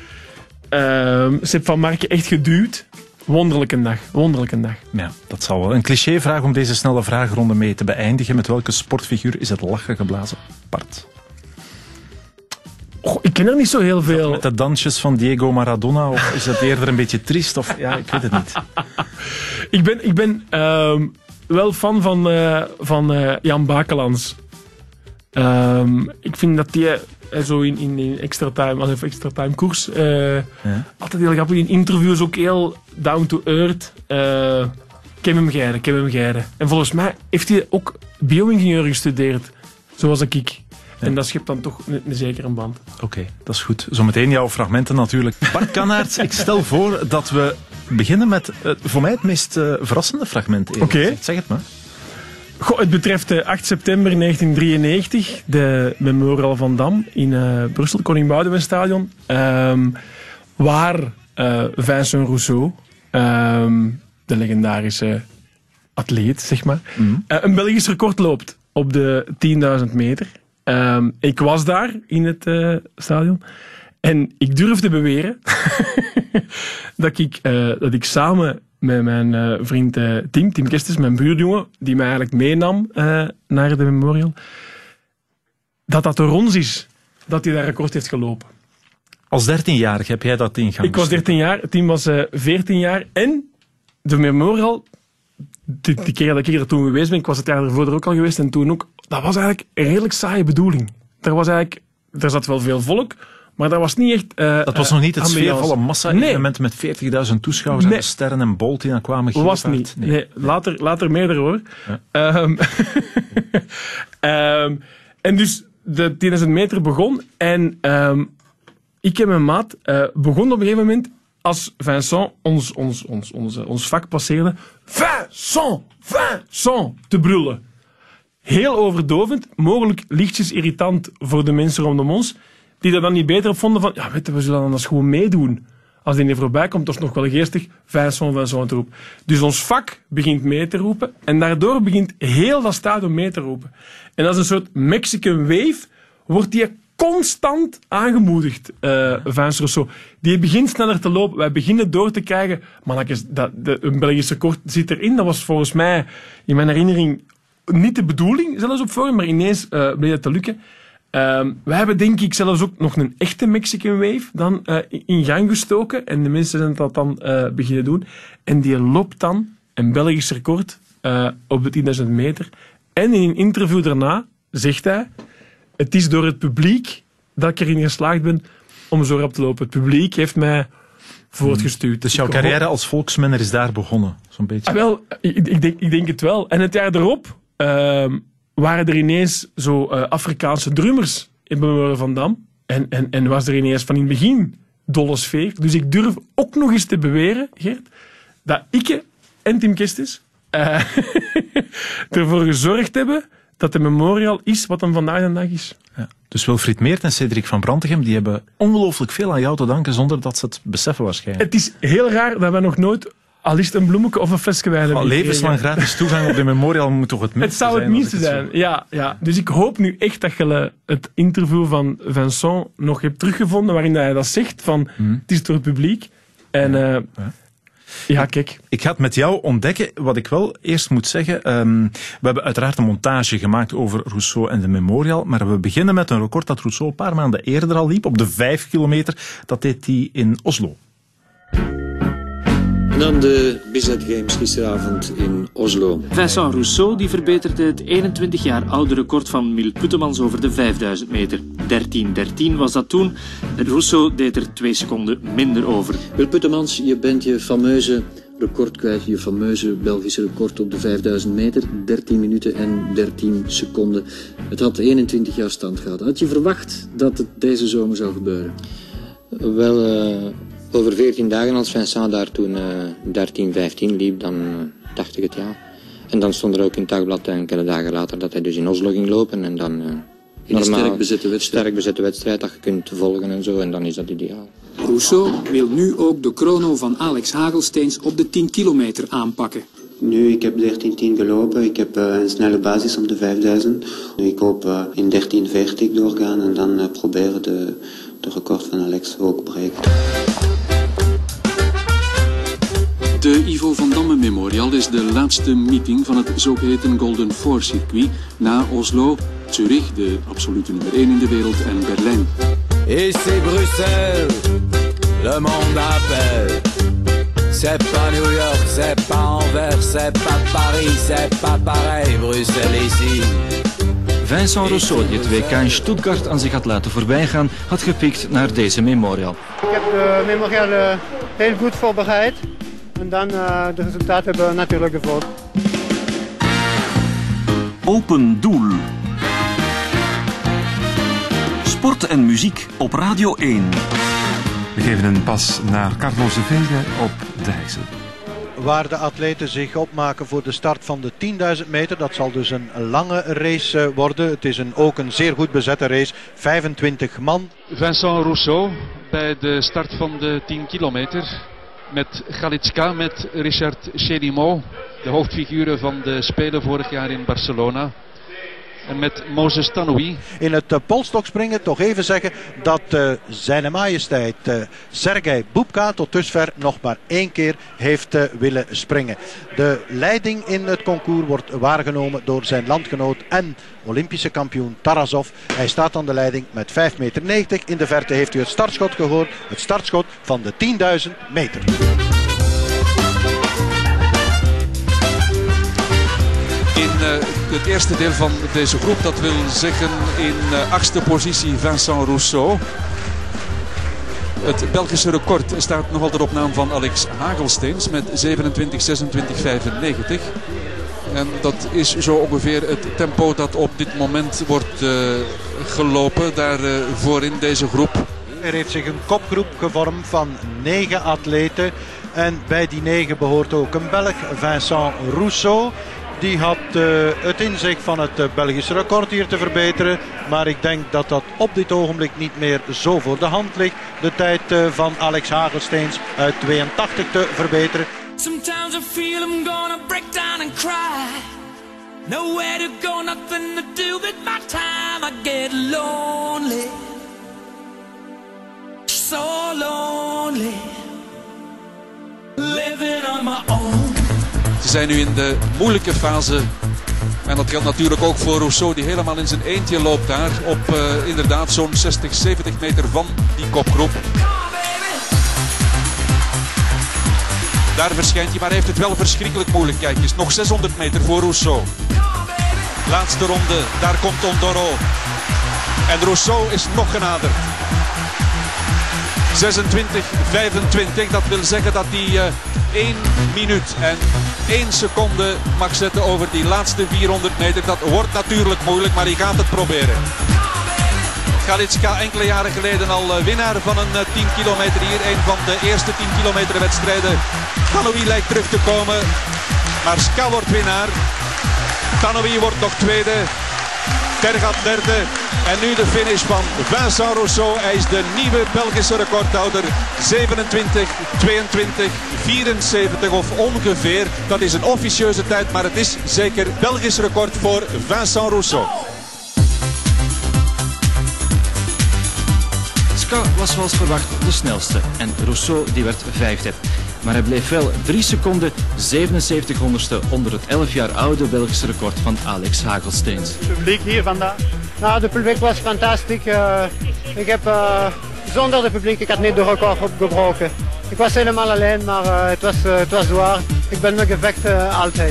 Sepp van Marken echt geduwd. Wonderlijke dag. Ja, dat zal wel. Een clichévraag om deze snelle vraagronde mee te beëindigen. Met welke sportfiguur is het lachen geblazen? Bart. Ik ken er niet zo heel veel. Met de dansjes van Diego Maradona? Of is dat eerder een beetje triest? Of, ja, ik weet het niet. Ik ben wel fan van Jan Bakelans. Ik vind dat die zo in extra time koers altijd heel grappig. In interviews ook heel down to earth. Ik heb hem geiden. En volgens mij heeft hij ook bio-ingenieur gestudeerd. Zoals ik. Ja. En dat schept dan toch een zekere band. Oké, dat is goed. Zometeen jouw fragmenten natuurlijk. Bart Kannaerts, ik stel voor dat we beginnen met voor mij het meest verrassende fragment. Oké. Zeg het maar. Goh, het betreft 8 september 1993, de Memorial van Dam in Brussel, Koning Boudewijn Stadion, waar Vincent Rousseau, de legendarische atleet, zeg maar, een Belgisch record loopt op de 10.000 meter. Ik was daar in het stadion. En ik durf te beweren dat ik samen met mijn vriend Tim Kestes, mijn buurjongen, die mij eigenlijk meenam naar de Memorial, dat de Rons is dat hij dat record heeft gelopen. Als 13-jarige heb jij dat in gang? Ik was 13 jaar, Tim was 14 jaar en de Memorial, de keer dat ik er toen geweest ben, ik was het jaar ervoor er ook al geweest en toen ook, dat was eigenlijk een redelijk saaie bedoeling. Er zat wel veel volk, maar dat was niet echt... dat was nog niet het sfeervolle massa-evenement met 40.000 toeschouwers en de Sterren en Bolt die dan kwamen. Was niet. Nee. Later meer erover. Ja. En dus de 10.000 meter begon en ik en mijn maat begonnen op een gegeven moment als Vincent ons vak passeerde, Vincent te brullen. Heel overdovend, mogelijk lichtjes irritant voor de mensen rondom ons, die dat dan niet beter op vonden van, ja, weet je, we zullen dan eens gewoon meedoen. Als die er voorbij komt, dat is nog wel geestig, Vincent te roepen. Dus ons vak begint mee te roepen en daardoor begint heel dat stadion mee te roepen. En als een soort Mexican wave wordt die constant aangemoedigd, Vincent Rousseau. Die begint sneller te lopen. Wij beginnen door te krijgen. Mannetjes, een Belgisch record zit erin. Dat was volgens mij, in mijn herinnering, niet de bedoeling, zelfs op vorm, maar ineens bleef het te lukken. Wij hebben denk ik zelfs ook nog een echte Mexican wave dan in gang gestoken. En de mensen zijn dat dan beginnen doen. En die loopt dan een Belgisch record op de 10.000 meter. En in een interview daarna zegt hij, het is door het publiek dat ik erin geslaagd ben om zo rap te lopen. Het publiek heeft mij voortgestuurd. Dus jouw carrière als volksmenner is daar begonnen, zo'n beetje? Wel, ik denk het wel. En het jaar erop waren er ineens zo Afrikaanse drummers in Memorial van Dam. En was er ineens van in het begin dolle sfeer. Dus ik durf ook nog eens te beweren, Geert, dat ik en Tim Kestes ervoor gezorgd hebben dat de Memorial is wat hem vandaag de dag is. Ja. Dus Wilfried Meert en Cedric van Brantegem, die hebben ongelooflijk veel aan jou te danken zonder dat ze het beseffen waarschijnlijk. Het is heel raar dat wij nog nooit, al is het een bloemetje of een flesje wijn hebben gekregen. Levenslang gratis toegang op de Memorial moet toch het minste zijn? Het zou het minste zijn, ja. Dus ik hoop nu echt dat je het interview van Vincent nog hebt teruggevonden, waarin hij dat zegt van, het is door het publiek. En ja, kijk. Ik ga het met jou ontdekken. Wat ik wel eerst moet zeggen, we hebben uiteraard een montage gemaakt over Rousseau en de Memorial, maar we beginnen met een record dat Rousseau een paar maanden eerder al liep, op de 5 kilometer. Dat deed hij in Oslo. En dan de Bizet Games gisteravond in Oslo. Vincent Rousseau die verbeterde het 21 jaar oude record van Miel Puttemans over de 5000 meter. 13:13 was dat toen. Rousseau deed er 2 seconden minder over. Miel Puttemans, je bent je fameuze record kwijt, je fameuze Belgische record op de 5000 meter. 13 minuten en 13 seconden. Het had 21 jaar stand gehad. Had je verwacht dat het deze zomer zou gebeuren? Wel, over 14 dagen als Vincent daar toen 13:15 liep, dan dacht ik het ja. En dan stond er ook in het dagblad enkele dagen later dat hij dus in Oslo ging lopen. En dan in een sterk bezette wedstrijd dat je kunt volgen en zo. En dan is dat ideaal. Rousseau wil nu ook de chrono van Alex Hagelsteens op de 10 kilometer aanpakken. Nu, ik heb 13:10 gelopen. Ik heb een snelle basis op de 5000. Ik hoop in 13:40 doorgaan en dan proberen de record van Alex ook breken. De Ivo van Damme Memorial is de laatste meeting van het zogeheten Golden Four circuit na Oslo, Zurich, de absolute nummer 1 in de wereld, en Berlijn. Et c'est Bruxelles, le monde appelle. C'est pas New York, c'est pas Anvers, c'est pas Paris, c'est pas pareil, Bruxelles ici. Vincent Rousseau, die het WK in Stuttgart aan zich had laten voorbijgaan, had gepikt naar deze Memorial. Ik heb de Memorial heel goed voorbereid. En dan de resultaten hebben we natuurlijk gevolgd. Open Doel. Sport en muziek op Radio 1. We geven een pas naar Carlos de Vega op de IJssel. Waar de atleten zich opmaken voor de start van de 10.000 meter. Dat zal dus een lange race worden. Het is ook een zeer goed bezette race. 25 man. Vincent Rousseau bij de start van de 10 kilometer. Met Galitska, met Richard Chédimot. De hoofdfiguren van de Spelen vorig jaar in Barcelona. En met Moses Tannoui. In het polstokspringen toch even zeggen dat zijn majesteit Sergej Bubka tot dusver nog maar 1 keer heeft willen springen. De leiding in het concours wordt waargenomen door zijn landgenoot en Olympische kampioen Tarasov. Hij staat aan de leiding met 5,90 meter. In de verte heeft u het startschot gehoord. Het startschot van de 10.000 meter. In het eerste deel van deze groep, dat wil zeggen in 8e positie Vincent Rousseau. Het Belgische record staat nog altijd op naam van Alex Hagelsteens met 27:26:95. En dat is zo ongeveer het tempo dat op dit moment wordt gelopen daar voorin deze groep. Er heeft zich een kopgroep gevormd van 9 atleten. En bij die 9 behoort ook een Belg, Vincent Rousseau. Die had het inzicht van het Belgische record hier te verbeteren. Maar ik denk dat dat op dit ogenblik niet meer zo voor de hand ligt. De tijd van Alex Hagelsteens uit 82 te verbeteren. Sometimes I feel I'm gonna break down and cry. Nowhere to go, nothing to do with my time. I get lonely. So lonely. Living on my own. Ze zijn nu in de moeilijke fase. En dat geldt natuurlijk ook voor Rousseau, die helemaal in zijn eentje loopt daar. Op inderdaad zo'n 60, 70 meter van die kopgroep. Daar verschijnt hij, maar hij heeft het wel verschrikkelijk moeilijk. Kijk eens, nog 600 meter voor Rousseau. Laatste ronde, daar komt Ondoro. En Rousseau is nog genaderd. 26:25, dat wil zeggen dat hij 1 minuut en 1 seconde mag zetten over die laatste 400 meter. Dat wordt natuurlijk moeilijk, maar hij gaat het proberen. Galitska enkele jaren geleden al winnaar van een 10 kilometer hier. Een van de eerste 10 kilometer wedstrijden. Tannoui lijkt terug te komen, maar Ska wordt winnaar. Tannoui wordt nog tweede. Tergat derde. En nu de finish van Vincent Rousseau. Hij is de nieuwe Belgische recordhouder. 27:22:74 of ongeveer. Dat is een officieuze tijd, maar het is zeker Belgisch record voor Vincent Rousseau. Ska was zoals verwacht de snelste en Rousseau die werd 5e. Maar hij bleef wel 3 seconden 77 honderdste onder het 11 jaar oude Belgische record van Alex Hagelsteens. Het publiek hier vandaag? Nou, het publiek was fantastisch. Ik heb zonder het publiek ik had niet de record opgebroken. Ik was helemaal alleen, maar het was zwaar. Ik ben mijn gevecht altijd.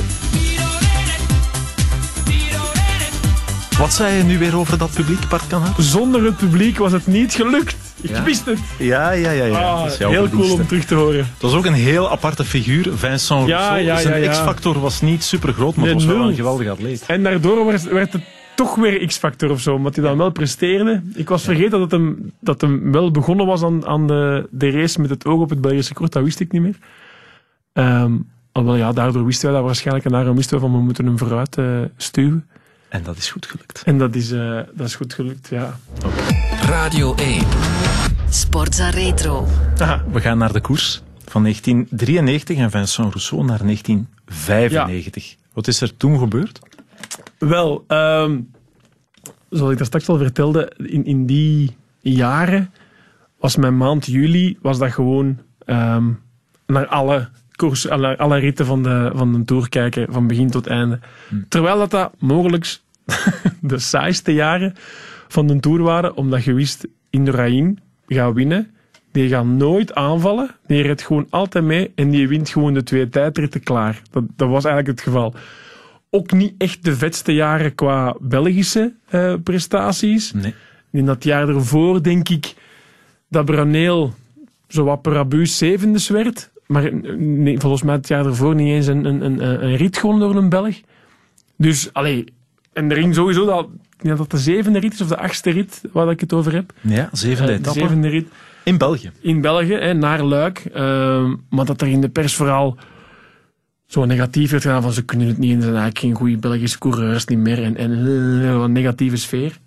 Wat zei je nu weer over dat publiek, Bart Kanhart? Zonder het publiek was het niet gelukt. Ik wist het. Ja. Dat is jouw heel verdienste. cool om terug te horen. Het was ook een heel aparte figuur. Vincent Rousseau. Zijn X-factor was niet super groot, maar het was wel een geweldige atleet. En daardoor werd het toch weer X-factor of zo, omdat hij dan wel presteerde. Ik was vergeten dat hem wel begonnen was aan de race met het oog op het Belgische record. Dat wist ik niet meer. Alhoewel, ja, daardoor wisten wij dat waarschijnlijk. En daarom wisten we van, we moeten hem vooruit stuwen. En dat is goed gelukt. En dat is goed gelukt, ja. Radio 1. Sportza Retro. Aha, we gaan naar de koers van 1993 en Vincent Rousseau naar 1995. Ja. Wat is er toen gebeurd? Wel, zoals ik daar straks al vertelde, in die jaren was mijn maand juli was dat gewoon naar alle koers, alle ritten van de Tour kijken, van begin tot einde. Terwijl dat mogelijk de saaiste jaren van de Tour waren, omdat je wist, Indurain gaat winnen, die gaat nooit aanvallen, die redt gewoon altijd mee en die wint gewoon de 2 tijdritten klaar. Dat was eigenlijk het geval. Ook niet echt de vetste jaren qua Belgische prestaties. Nee. In dat jaar ervoor denk ik dat Braneel zo wat per abuus 7e werd. Maar nee, volgens mij het jaar ervoor niet eens een rit gewonnen door een Belg. Dus, en er ging sowieso dat de 7e rit is of de 8e rit waar ik het over heb. Ja, 7e etappe. 7e rit. In België. In België, naar Luik. Maar dat er in de pers vooral zo negatief werd gedaan van ze kunnen het niet en er zijn eigenlijk geen goede Belgische coureurs niet meer. En een negatieve sfeer.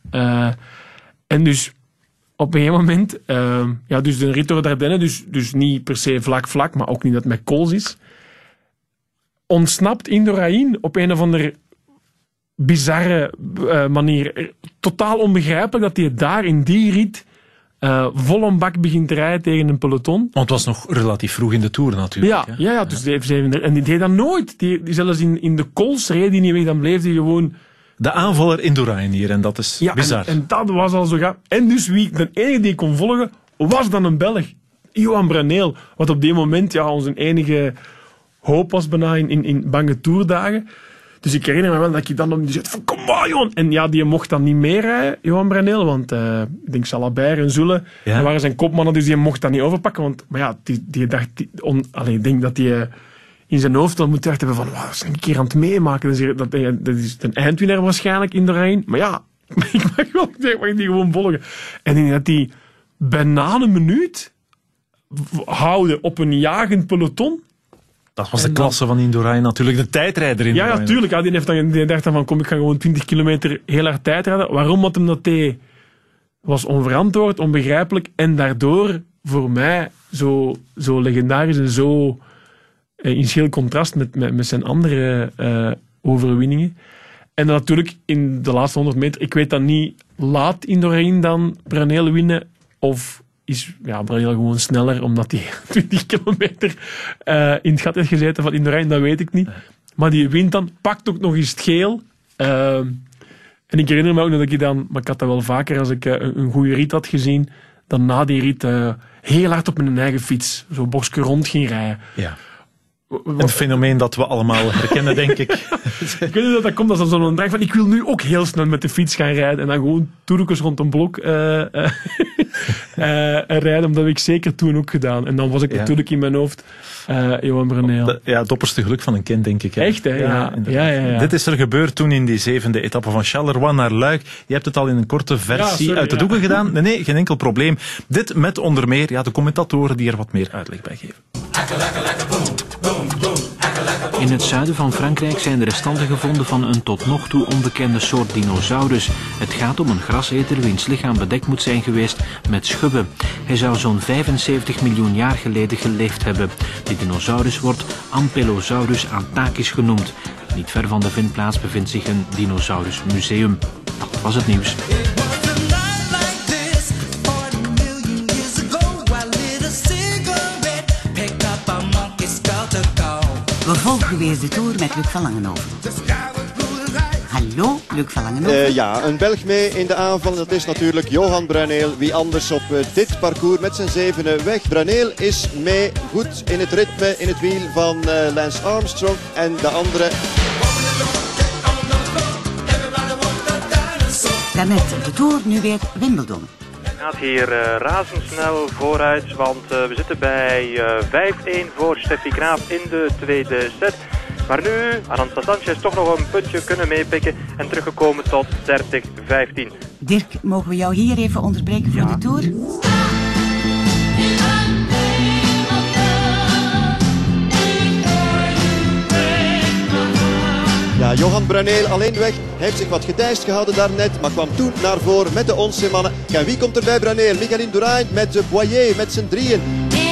En dus op een gegeven moment, dus de rit door de Ardennen, dus niet per se vlak, maar ook niet dat het met kools is, ontsnapt Indurain op een of andere bizarre manier. Totaal onbegrijpelijk dat hij daar in die rit vol een bak begint te rijden tegen een peloton. Want het was nog relatief vroeg in de Tour natuurlijk. Ja, dus en die deed dat nooit. Die zelfs in de Cols reed die niet weg, dan bleef hij gewoon... De aanvaller Indurain hier, en dat is bizar. En dat was al zo gaaf. En dus de enige die ik kon volgen, was dan een Belg. Johan Bruyneel. Wat op die moment onze enige hoop was bijna in bange toerdagen. Dus ik herinner me wel dat ik dan op die zet van kom maar Johan. En ja, die mocht dan niet meer rijden, Johan Bruyneel. Want ik denk Salabert en Zule, dat waren zijn kopmannen, dus die mocht dat niet overpakken. Maar ja, die dacht... ik denk dat die... in zijn hoofd dan moet hebben van, wat is een keer aan het meemaken? Dat is een eindwinnaar waarschijnlijk in de Rijn. Maar ja, ik mag die gewoon volgen. En ik denk dat die bijna een minuut houden op een jagend peloton. Dat was de klasse van Indurain natuurlijk, de tijdrijder Indurain. Ja, natuurlijk. Ja, die dacht dan van, kom, ik ga gewoon 20 kilometer heel hard tijdrijden. Waarom had hem dat deed? Was onverantwoord, onbegrijpelijk en daardoor voor mij zo legendarisch en zo... in schil contrast met zijn andere overwinningen. En natuurlijk in de laatste 100 meter, ik weet dat niet, laat Indurain dan Bruyneel winnen, of is Bruyneel gewoon sneller omdat hij 20 kilometer in het gat heeft gezeten van Indurain, dat weet ik niet. Maar die wint dan, pakt ook nog eens het geel. En ik herinner me ook dat ik dan, maar ik had dat wel vaker als ik een goede rit had gezien, dan na die rit heel hard op mijn eigen fiets, zo boksje rond ging rijden. Ja. Een fenomeen dat we allemaal herkennen, denk ik. Ik weet niet dat komt als zo'n drang van ik wil nu ook heel snel met de fiets gaan rijden en dan gewoon toerkens rond een blok rijden, omdat heb ik zeker toen ook gedaan. En dan was ik natuurlijk in mijn hoofd Johan Bruyneel. Het opperste geluk van een kind, denk ik. Hè? Echt, hè? Ja. Dit is er gebeurd toen in die 7e etappe van Charleroi naar Luik. Je hebt het al in een korte versie uit de doeken gedaan. Nee, geen enkel probleem. Dit met onder meer de commentatoren die er wat meer uitleg bij geven. In het zuiden van Frankrijk zijn de restanten gevonden van een tot nog toe onbekende soort dinosaurus. Het gaat om een graseter wiens lichaam bedekt moet zijn geweest met schubben. Hij zou zo'n 75 miljoen jaar geleden geleefd hebben. De dinosaurus wordt Ankylosaurus antakis genoemd. Niet ver van de vindplaats bevindt zich een dinosaurusmuseum. Dat was het nieuws. We volgen weer de Tour met Luc van Langenhoven. Hallo, Luc van Langenhoven. Ja, een Belg mee in de aanval. Dat is natuurlijk Johan Bruyneel. Wie anders op dit parcours met zijn 7e weg. Bruyneel is mee, goed in het ritme, in het wiel van Lance Armstrong. En de andere... Daarnet de Tour, nu weer Wimbledon. Het gaat hier razendsnel vooruit, want we zitten bij 5-1 voor Steffi Graaf in de tweede set. Maar nu, Arantxa Sanchez toch nog een puntje kunnen meepikken en teruggekomen tot 30-15. Dirk, mogen we jou hier even onderbreken voor de Tour? Ja, Johan Bruyneel alleen weg. Hij heeft zich wat gedijst gehouden daarnet, maar kwam toen naar voren met de Onze-mannen. En wie komt er bij Bruyneel? Miguel Indurain met Boyer, met z'n drieën.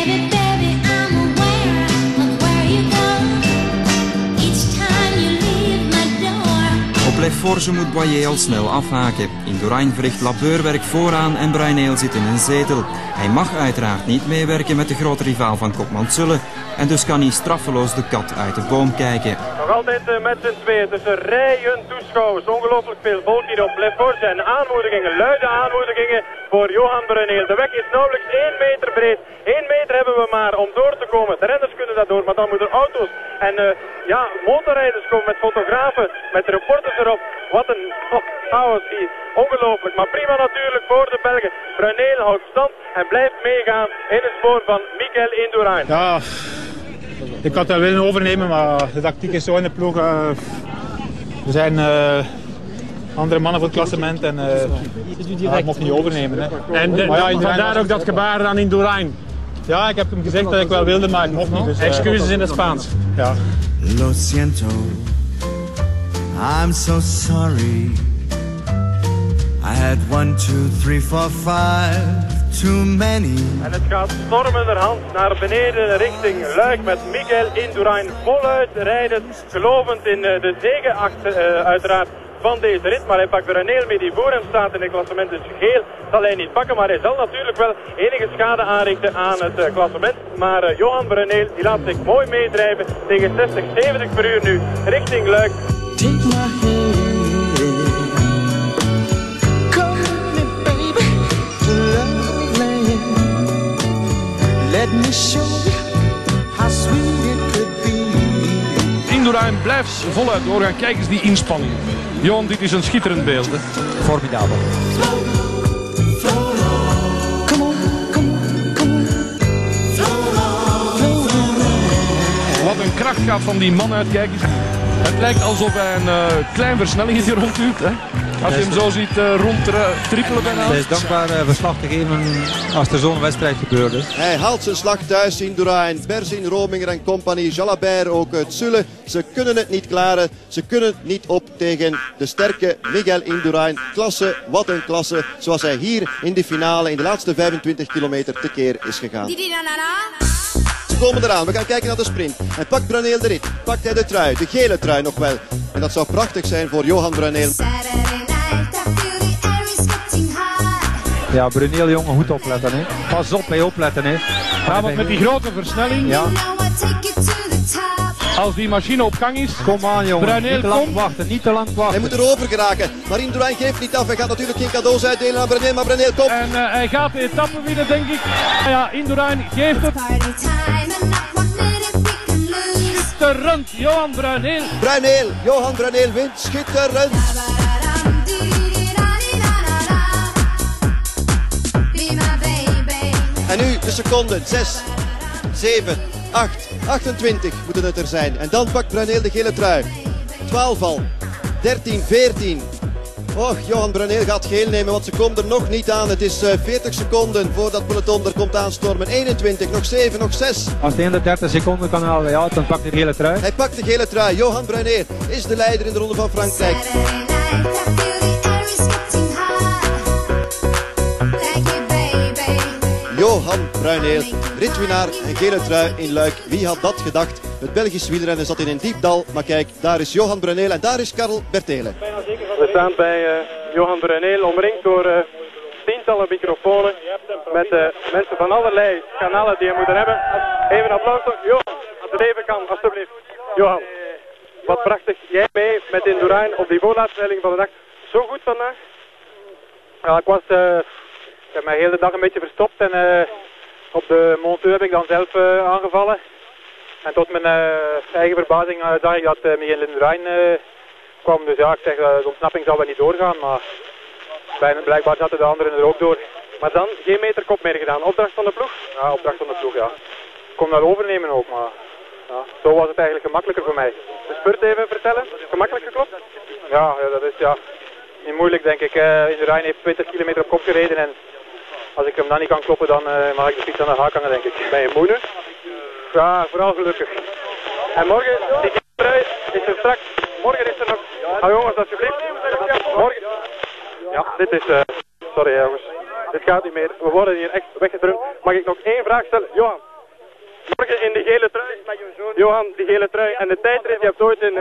Op Les Forges moet Boyer al snel afhaken. Indurain verricht labeurwerk vooraan en Bruyneel zit in een zetel. Hij mag uiteraard niet meewerken met de grote rivaal van kopman Zule. En dus kan hij straffeloos de kat uit de boom kijken. Nog altijd met z'n tweeën tussen rijen toeschouwers. Ongelooflijk veel volk hier op Les Forges. En aanmoedigingen, luide aanmoedigingen voor Johan Bruyneel. De weg is nauwelijks 1 meter breed. 1 meter hebben we maar om door te komen. De renners kunnen dat door, maar dan moeten auto's en motorrijders komen met fotografen, met reporters erop. Wat een chaos hier. Ongelooflijk, maar prima natuurlijk voor de Belgen. Bruyneel houdt stand en blijft meegaan in het spoor van Miguel Indurain. Ja, ik had dat willen overnemen, maar de tactiek is zo in de ploeg. Er zijn andere mannen voor het klassement en dat mocht niet overnemen. Hè. En vandaar ook dat gebaar aan Indurain. Ja, ik heb hem gezegd dat ik wel wilde, maar ik mocht niet. Dus, excuses in het Spaans. Ja. Lo siento, I'm so sorry. I had 1, 2, 3, 4, 5, too many. En het gaat stormenderhand naar beneden richting Luik met Miguel Indurain voluit rijden. Gelovend in de zege uiteraard van deze rit. Maar hij pakt Bruneel mee die voor hem staat in het klassement. Dus geel zal hij niet pakken. Maar hij zal natuurlijk wel enige schade aanrichten aan het klassement. Maar Johan Bruneel die laat zich mooi meedrijven tegen 60, 70 per uur nu richting Luik. Take my hand, come with me baby, to love land. Let me show you how sweet it could be. Indurain blijft voluit doorgaan. Kijk eens die inspanning. Johan, dit is een schitterend beeld. Hè? Formidabel. Wat een kracht gaat van die man uit. Kijk eens. Het lijkt alsof hij een klein versnellingetje rondduwt. Hè? Als je hem zo ziet rondtrippelen bijna. Het is dankbaar verslag te geven als er zo'n wedstrijd gebeurde. Hij haalt zijn slag thuis in Indurain. Berzin, Rominger en compagnie. Jalabert ook uit Sulle. Ze kunnen het niet klaren. Ze kunnen niet op tegen de sterke Miguel Indurain. Klasse, wat een klasse. Zoals hij hier in de finale in de laatste 25 kilometer tekeer is gegaan. Ze komen eraan. We gaan kijken naar de sprint. En pakt Bruneel de rit. Pakt hij de trui. De gele trui nog wel. En dat zou prachtig zijn voor Johan Bruneel. Ja, Bruneel jongen, goed opletten. Hè. Pas op, bij opletten. Hè. Ja, want met die grote versnelling. Ja. Als die machine op gang is. Kom aan jongen, Bruneel niet te lang wachten, niet te lang wachten. Hij moet erover geraken. Maar Indurain geeft niet af. Hij gaat natuurlijk geen cadeaus uitdelen aan Bruneel. Maar Bruneel komt. En hij gaat de etappe winnen, denk ik. Ja, Indurain geeft het. Schitterend, Johan Bruneel. Johan Bruneel wint. Schitterend. En nu de seconden. 6, 7, 8, 28 moeten het er zijn. En dan pakt Bruneel de gele trui. 12 al. 13, 14. Och, Johan Bruneel gaat geel nemen, want ze komt er nog niet aan. Het is 40 seconden voordat peloton er komt aanstormen. 21, nog 7, nog 6. Als hij in de 30 seconden kan halen, ja, dan pakt hij de gele trui. Hij pakt de gele trui. Johan Bruneel is de leider in de Ronde van Frankrijk. Johan Bruneel, ritwinnaar en gele trui in Luik. Wie had dat gedacht? Het Belgisch wielrennen zat in een diep dal. Maar kijk, daar is Johan Bruneel en daar is Karel Bertelen. We staan bij Johan Bruneel, omringd door tientallen microfoons. Met mensen van allerlei kanalen die hij moeten hebben. Even een applaus voor Johan, als het even kan, alstublieft. Johan, wat prachtig. Jij mee met Indurain op die voorlaatste helling van de dag. Zo goed vandaag? Ja, ik heb mij de hele dag een beetje verstopt en op de Monteux heb ik dan zelf aangevallen. En tot mijn eigen verbazing zag ik dat Miguel Indurain kwam. Dus ja, ik zeg, de ontsnapping zal wel niet doorgaan, maar blijkbaar zaten de anderen er ook door. Maar dan geen meter kop meer gedaan. Opdracht van de ploeg? Ja, opdracht van de ploeg, ja. Ik kon wel overnemen ook, maar ja, zo was het eigenlijk gemakkelijker voor mij. De spurt even vertellen, gemakkelijk geklopt? Ja, dat is niet moeilijk denk ik. Indurain heeft 20 kilometer op kop gereden en als ik hem dan niet kan kloppen, dan mag ik de fiets aan de haak hangen, denk ik. Ben je moe nu? Ja, vooral gelukkig. En morgen, die trui is er straks. Morgen is er nog. Hou jongens, alsjeblieft. Morgen. Ja, dit is. Sorry jongens. Dit gaat niet meer. We worden hier echt weggedrukt. Mag ik nog één vraag stellen? Johan. Morgen in die gele trui. Johan, die gele trui. En de tijdrit, je hebt ooit in.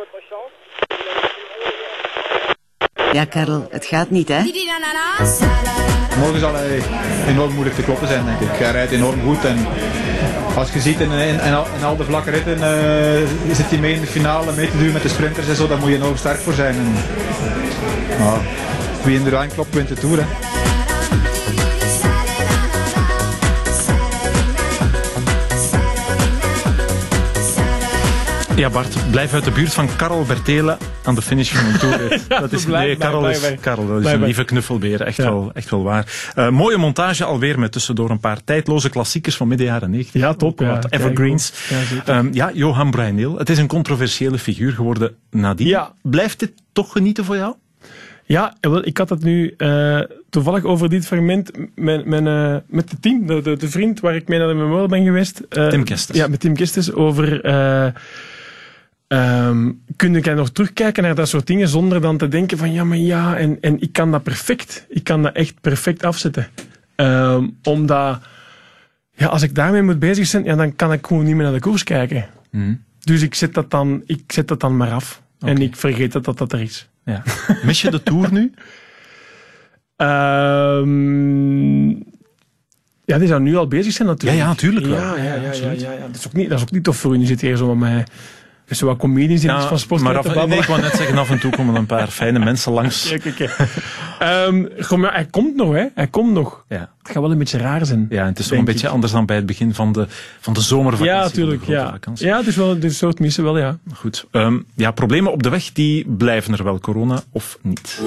Ja, Karel, het gaat niet, hè? Morgen zal hij enorm moeilijk te kloppen zijn, denk ik. Hij rijdt enorm goed en als je ziet in al de vlakke ritten zit hij mee in de finale mee te doen met de sprinters en zo, daar moet je enorm sterk voor zijn. En, wie in de Rijn klopt, wint de Tour, hè. Ja, Bart, blijf uit de buurt van Karel Bertelen aan de finish van een Tour. Dat is, Karel is een lieve knuffelbeer, echt wel waar. Mooie montage alweer met tussendoor een paar tijdloze klassiekers van midden jaren 90. Ja, top. Ja, evergreens. Johan Bruneel, het is een controversiële figuur geworden nadien. Ja. Blijft dit toch genieten voor jou? Ja, ik had het nu toevallig over dit fragment met het team, de vriend waar ik mee naar de Memorial ben geweest. Tim Kesters. Ja, met Tim Kesters over... kun ik nog terugkijken naar dat soort dingen zonder dan te denken van en ik kan dat perfect. Ik kan dat echt perfect afzetten. Omdat als ik daarmee moet bezig zijn, dan kan ik gewoon niet meer naar de koers kijken. Dus ik zet dat dan maar af. Okay. En ik vergeet dat er is. Ja. Mis je de Tour nu? Ja, die zou nu al bezig zijn natuurlijk. Ja, natuurlijk wel. Ja. Dat is ook niet tof voor u. Nu zit hier zo met mij... Dus zo wat comedians die iets van sport maar te babbelen. ik wou net zeggen, af en toe komen er een paar fijne mensen langs. Hij komt nog, hè. Hij komt nog. Ja. Het gaat wel een beetje raar zijn. Ja, en het is toch een beetje anders dan bij het begin van de zomervakantie. Ja, natuurlijk. Ja, het is wel een soort missen wel, ja. Goed. Problemen op de weg, die blijven er wel, corona of niet.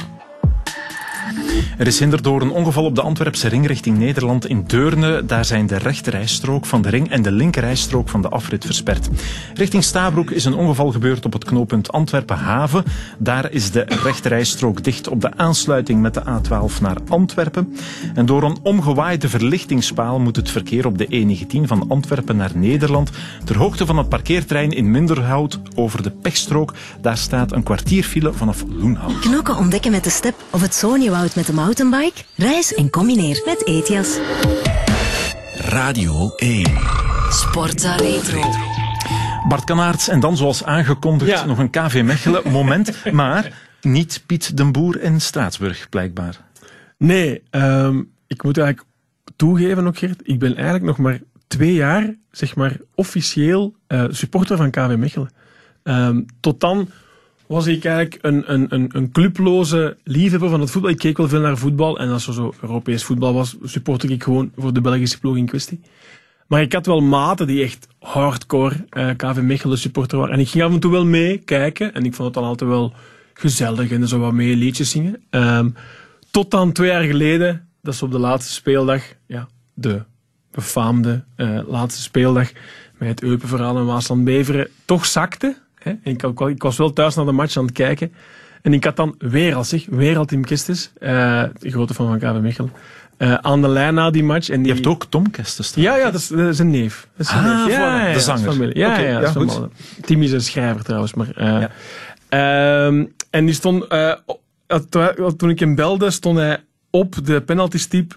Er is hinder door een ongeval op de Antwerpse ring richting Nederland in Deurne. Daar zijn de rechterrijstrook van de ring en de linkerrijstrook van de afrit versperd. Richting Stabroek is een ongeval gebeurd op het knooppunt Antwerpen-Haven. Daar is de rechterrijstrook dicht op de aansluiting met de A12 naar Antwerpen. En door een omgewaaide verlichtingspaal moet het verkeer op de E19 van Antwerpen naar Nederland ter hoogte van het parkeerterrein in Minderhout over de pechstrook. Daar staat een kwartierfile vanaf Loenhout. Knokken ontdekken met de step of het Soniewoud met de mountainbike? Reis en combineer met Etias. Radio 1. Sportza Retro. Bart Kanaerts en dan zoals aangekondigd nog een KV Mechelen moment, maar niet Piet den Boer in Straatsburg blijkbaar. Nee, ik moet eigenlijk toegeven ook, Gert, ik ben eigenlijk nog maar 2 jaar, zeg maar, officieel supporter van KV Mechelen. Tot dan was ik eigenlijk een clubloze liefhebber van het voetbal. Ik keek wel veel naar voetbal en als er zo Europees voetbal was, supporter ik gewoon voor de Belgische ploeg in kwestie. Maar ik had wel maten die echt hardcore KV Mechelen supporter waren. En ik ging af en toe wel mee kijken en ik vond het dan altijd wel gezellig en zo wat mee liedjes zingen. Tot dan 2 jaar geleden, dat is op de laatste speeldag, de befaamde laatste speeldag met het Eupen-verhaal en Waasland-Beveren, toch zakte. Ik was wel thuis naar de match aan het kijken. En ik had dan weer al Tim Kestes, de grote fan van KV Mechelen, aan de lijn na die match. En Je hebt ook Tom Kestes. Ja, dat is een neef. Dat is een neef. Voilà, de zanger. Dat is goed. Tim is een schrijver trouwens. Maar, en die stond, toen ik hem belde, stond hij op de penaltystip.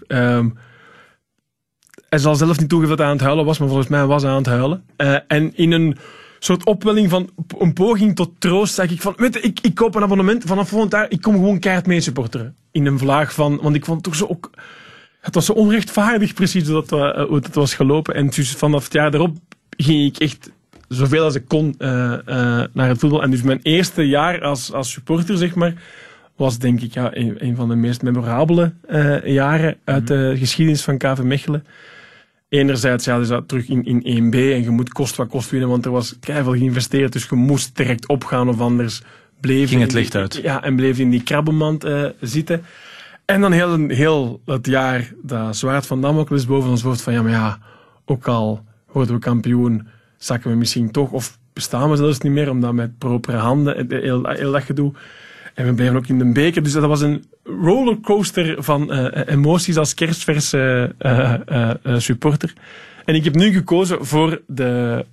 Hij zal zelf niet toegeven dat hij aan het huilen was, maar volgens mij was hij aan het huilen. En in een soort opwelling van een poging tot troost zeg ik van, weet je, ik koop een abonnement vanaf volgend jaar, ik kom gewoon keihard mee supporteren. In een vlaag van, want ik vond het toch zo ook, het was zo onrechtvaardig precies hoe het was gelopen. En dus vanaf het jaar erop ging ik echt zoveel als ik kon naar het voetbal. En dus mijn eerste jaar als supporter, zeg maar, was denk ik een van de meest memorabele jaren uit de geschiedenis van KV Mechelen. Enerzijds is dat terug in 1B en je moet kost wat kost winnen, want er was keiveel geïnvesteerd, dus je moest direct opgaan of anders ging het licht uit. Ja, en bleef in die krabbenmand zitten. En dan heel het jaar dat zwaard van Damocles boven ons hoofd van ook al worden we kampioen, zakken we misschien toch, of bestaan we zelfs niet meer, omdat met propere handen, heel dat gedoe. En we bleven ook in de beker. Dus dat was een rollercoaster van emoties als kerstverse supporter. En ik heb nu gekozen voor de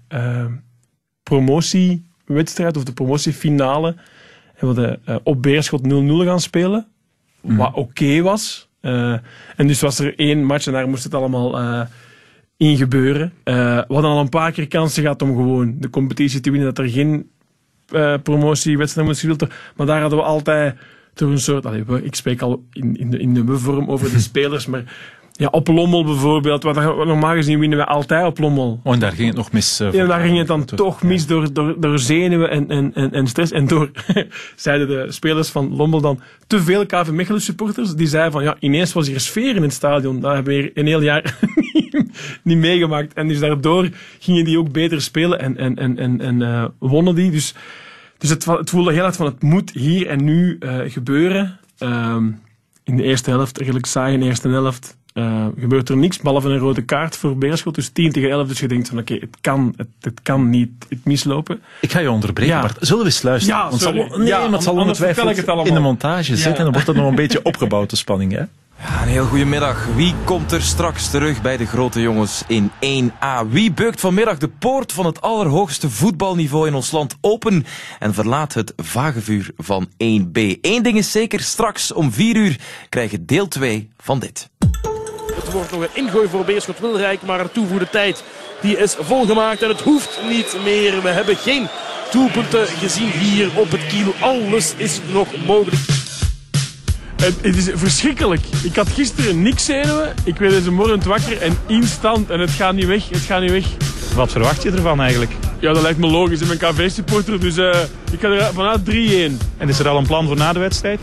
promotiewedstrijd of de promotiefinale. En we hadden op Beerschot 0-0 gaan spelen. Wat oké was. En dus was er 1 match en daar moest het allemaal in gebeuren. We hadden al een paar keer kansen gehad om gewoon de competitie te winnen. Dat er geen promotiewedstrijd moest gespeeld. Maar daar hadden we altijd door een soort... ik spreek al in de we-vorm over de spelers, maar op Lommel bijvoorbeeld, wat normaal gezien winnen we altijd op Lommel. En daar ging het nog mis. Daar ging het dan toch mis door zenuwen en stress. En door, zeiden de spelers van Lommel dan, te veel KV Mechelen supporters. Die zeiden van, ineens was hier sfeer in het stadion. Dat hebben we hier een heel jaar niet meegemaakt. En dus daardoor gingen die ook beter spelen en wonnen die. Dus het voelde heel erg van, het moet hier en nu gebeuren. In de eerste helft, redelijk saai in de eerste helft. Gebeurt er niks, behalve een rode kaart voor Beerschot. Dus 10-11, dus je denkt van het kan niet mislopen. Ik ga je onderbreken, Bart. Zullen we eens luisteren? Ja, sorry. Maar het zal ongetwijfeld in de montage zitten en dan wordt het nog een beetje opgebouwd, de spanning, hè? Ja, een heel goede middag. Wie komt er straks terug bij de grote jongens in 1A? Wie beukt vanmiddag de poort van het allerhoogste voetbalniveau in ons land open en verlaat het vagevuur van 1B? Eén ding is zeker, straks om 4 uur krijgen deel 2 van dit. Het wordt nog een ingooi voor Beerschot Wilrijk, maar toevoerde tijd die is volgemaakt en het hoeft niet meer. We hebben geen doelpunten gezien hier op het Kiel. Alles is nog mogelijk. Het is verschrikkelijk. Ik had gisteren niks zenuwen. Ik werd deze morgen wakker en instant. En het gaat niet weg. Het gaat niet weg. Wat verwacht je ervan eigenlijk? Ja, dat lijkt me logisch. Ik ben KV-supporter, dus ik ga er vanuit 3-1. En is er al een plan voor na de wedstrijd?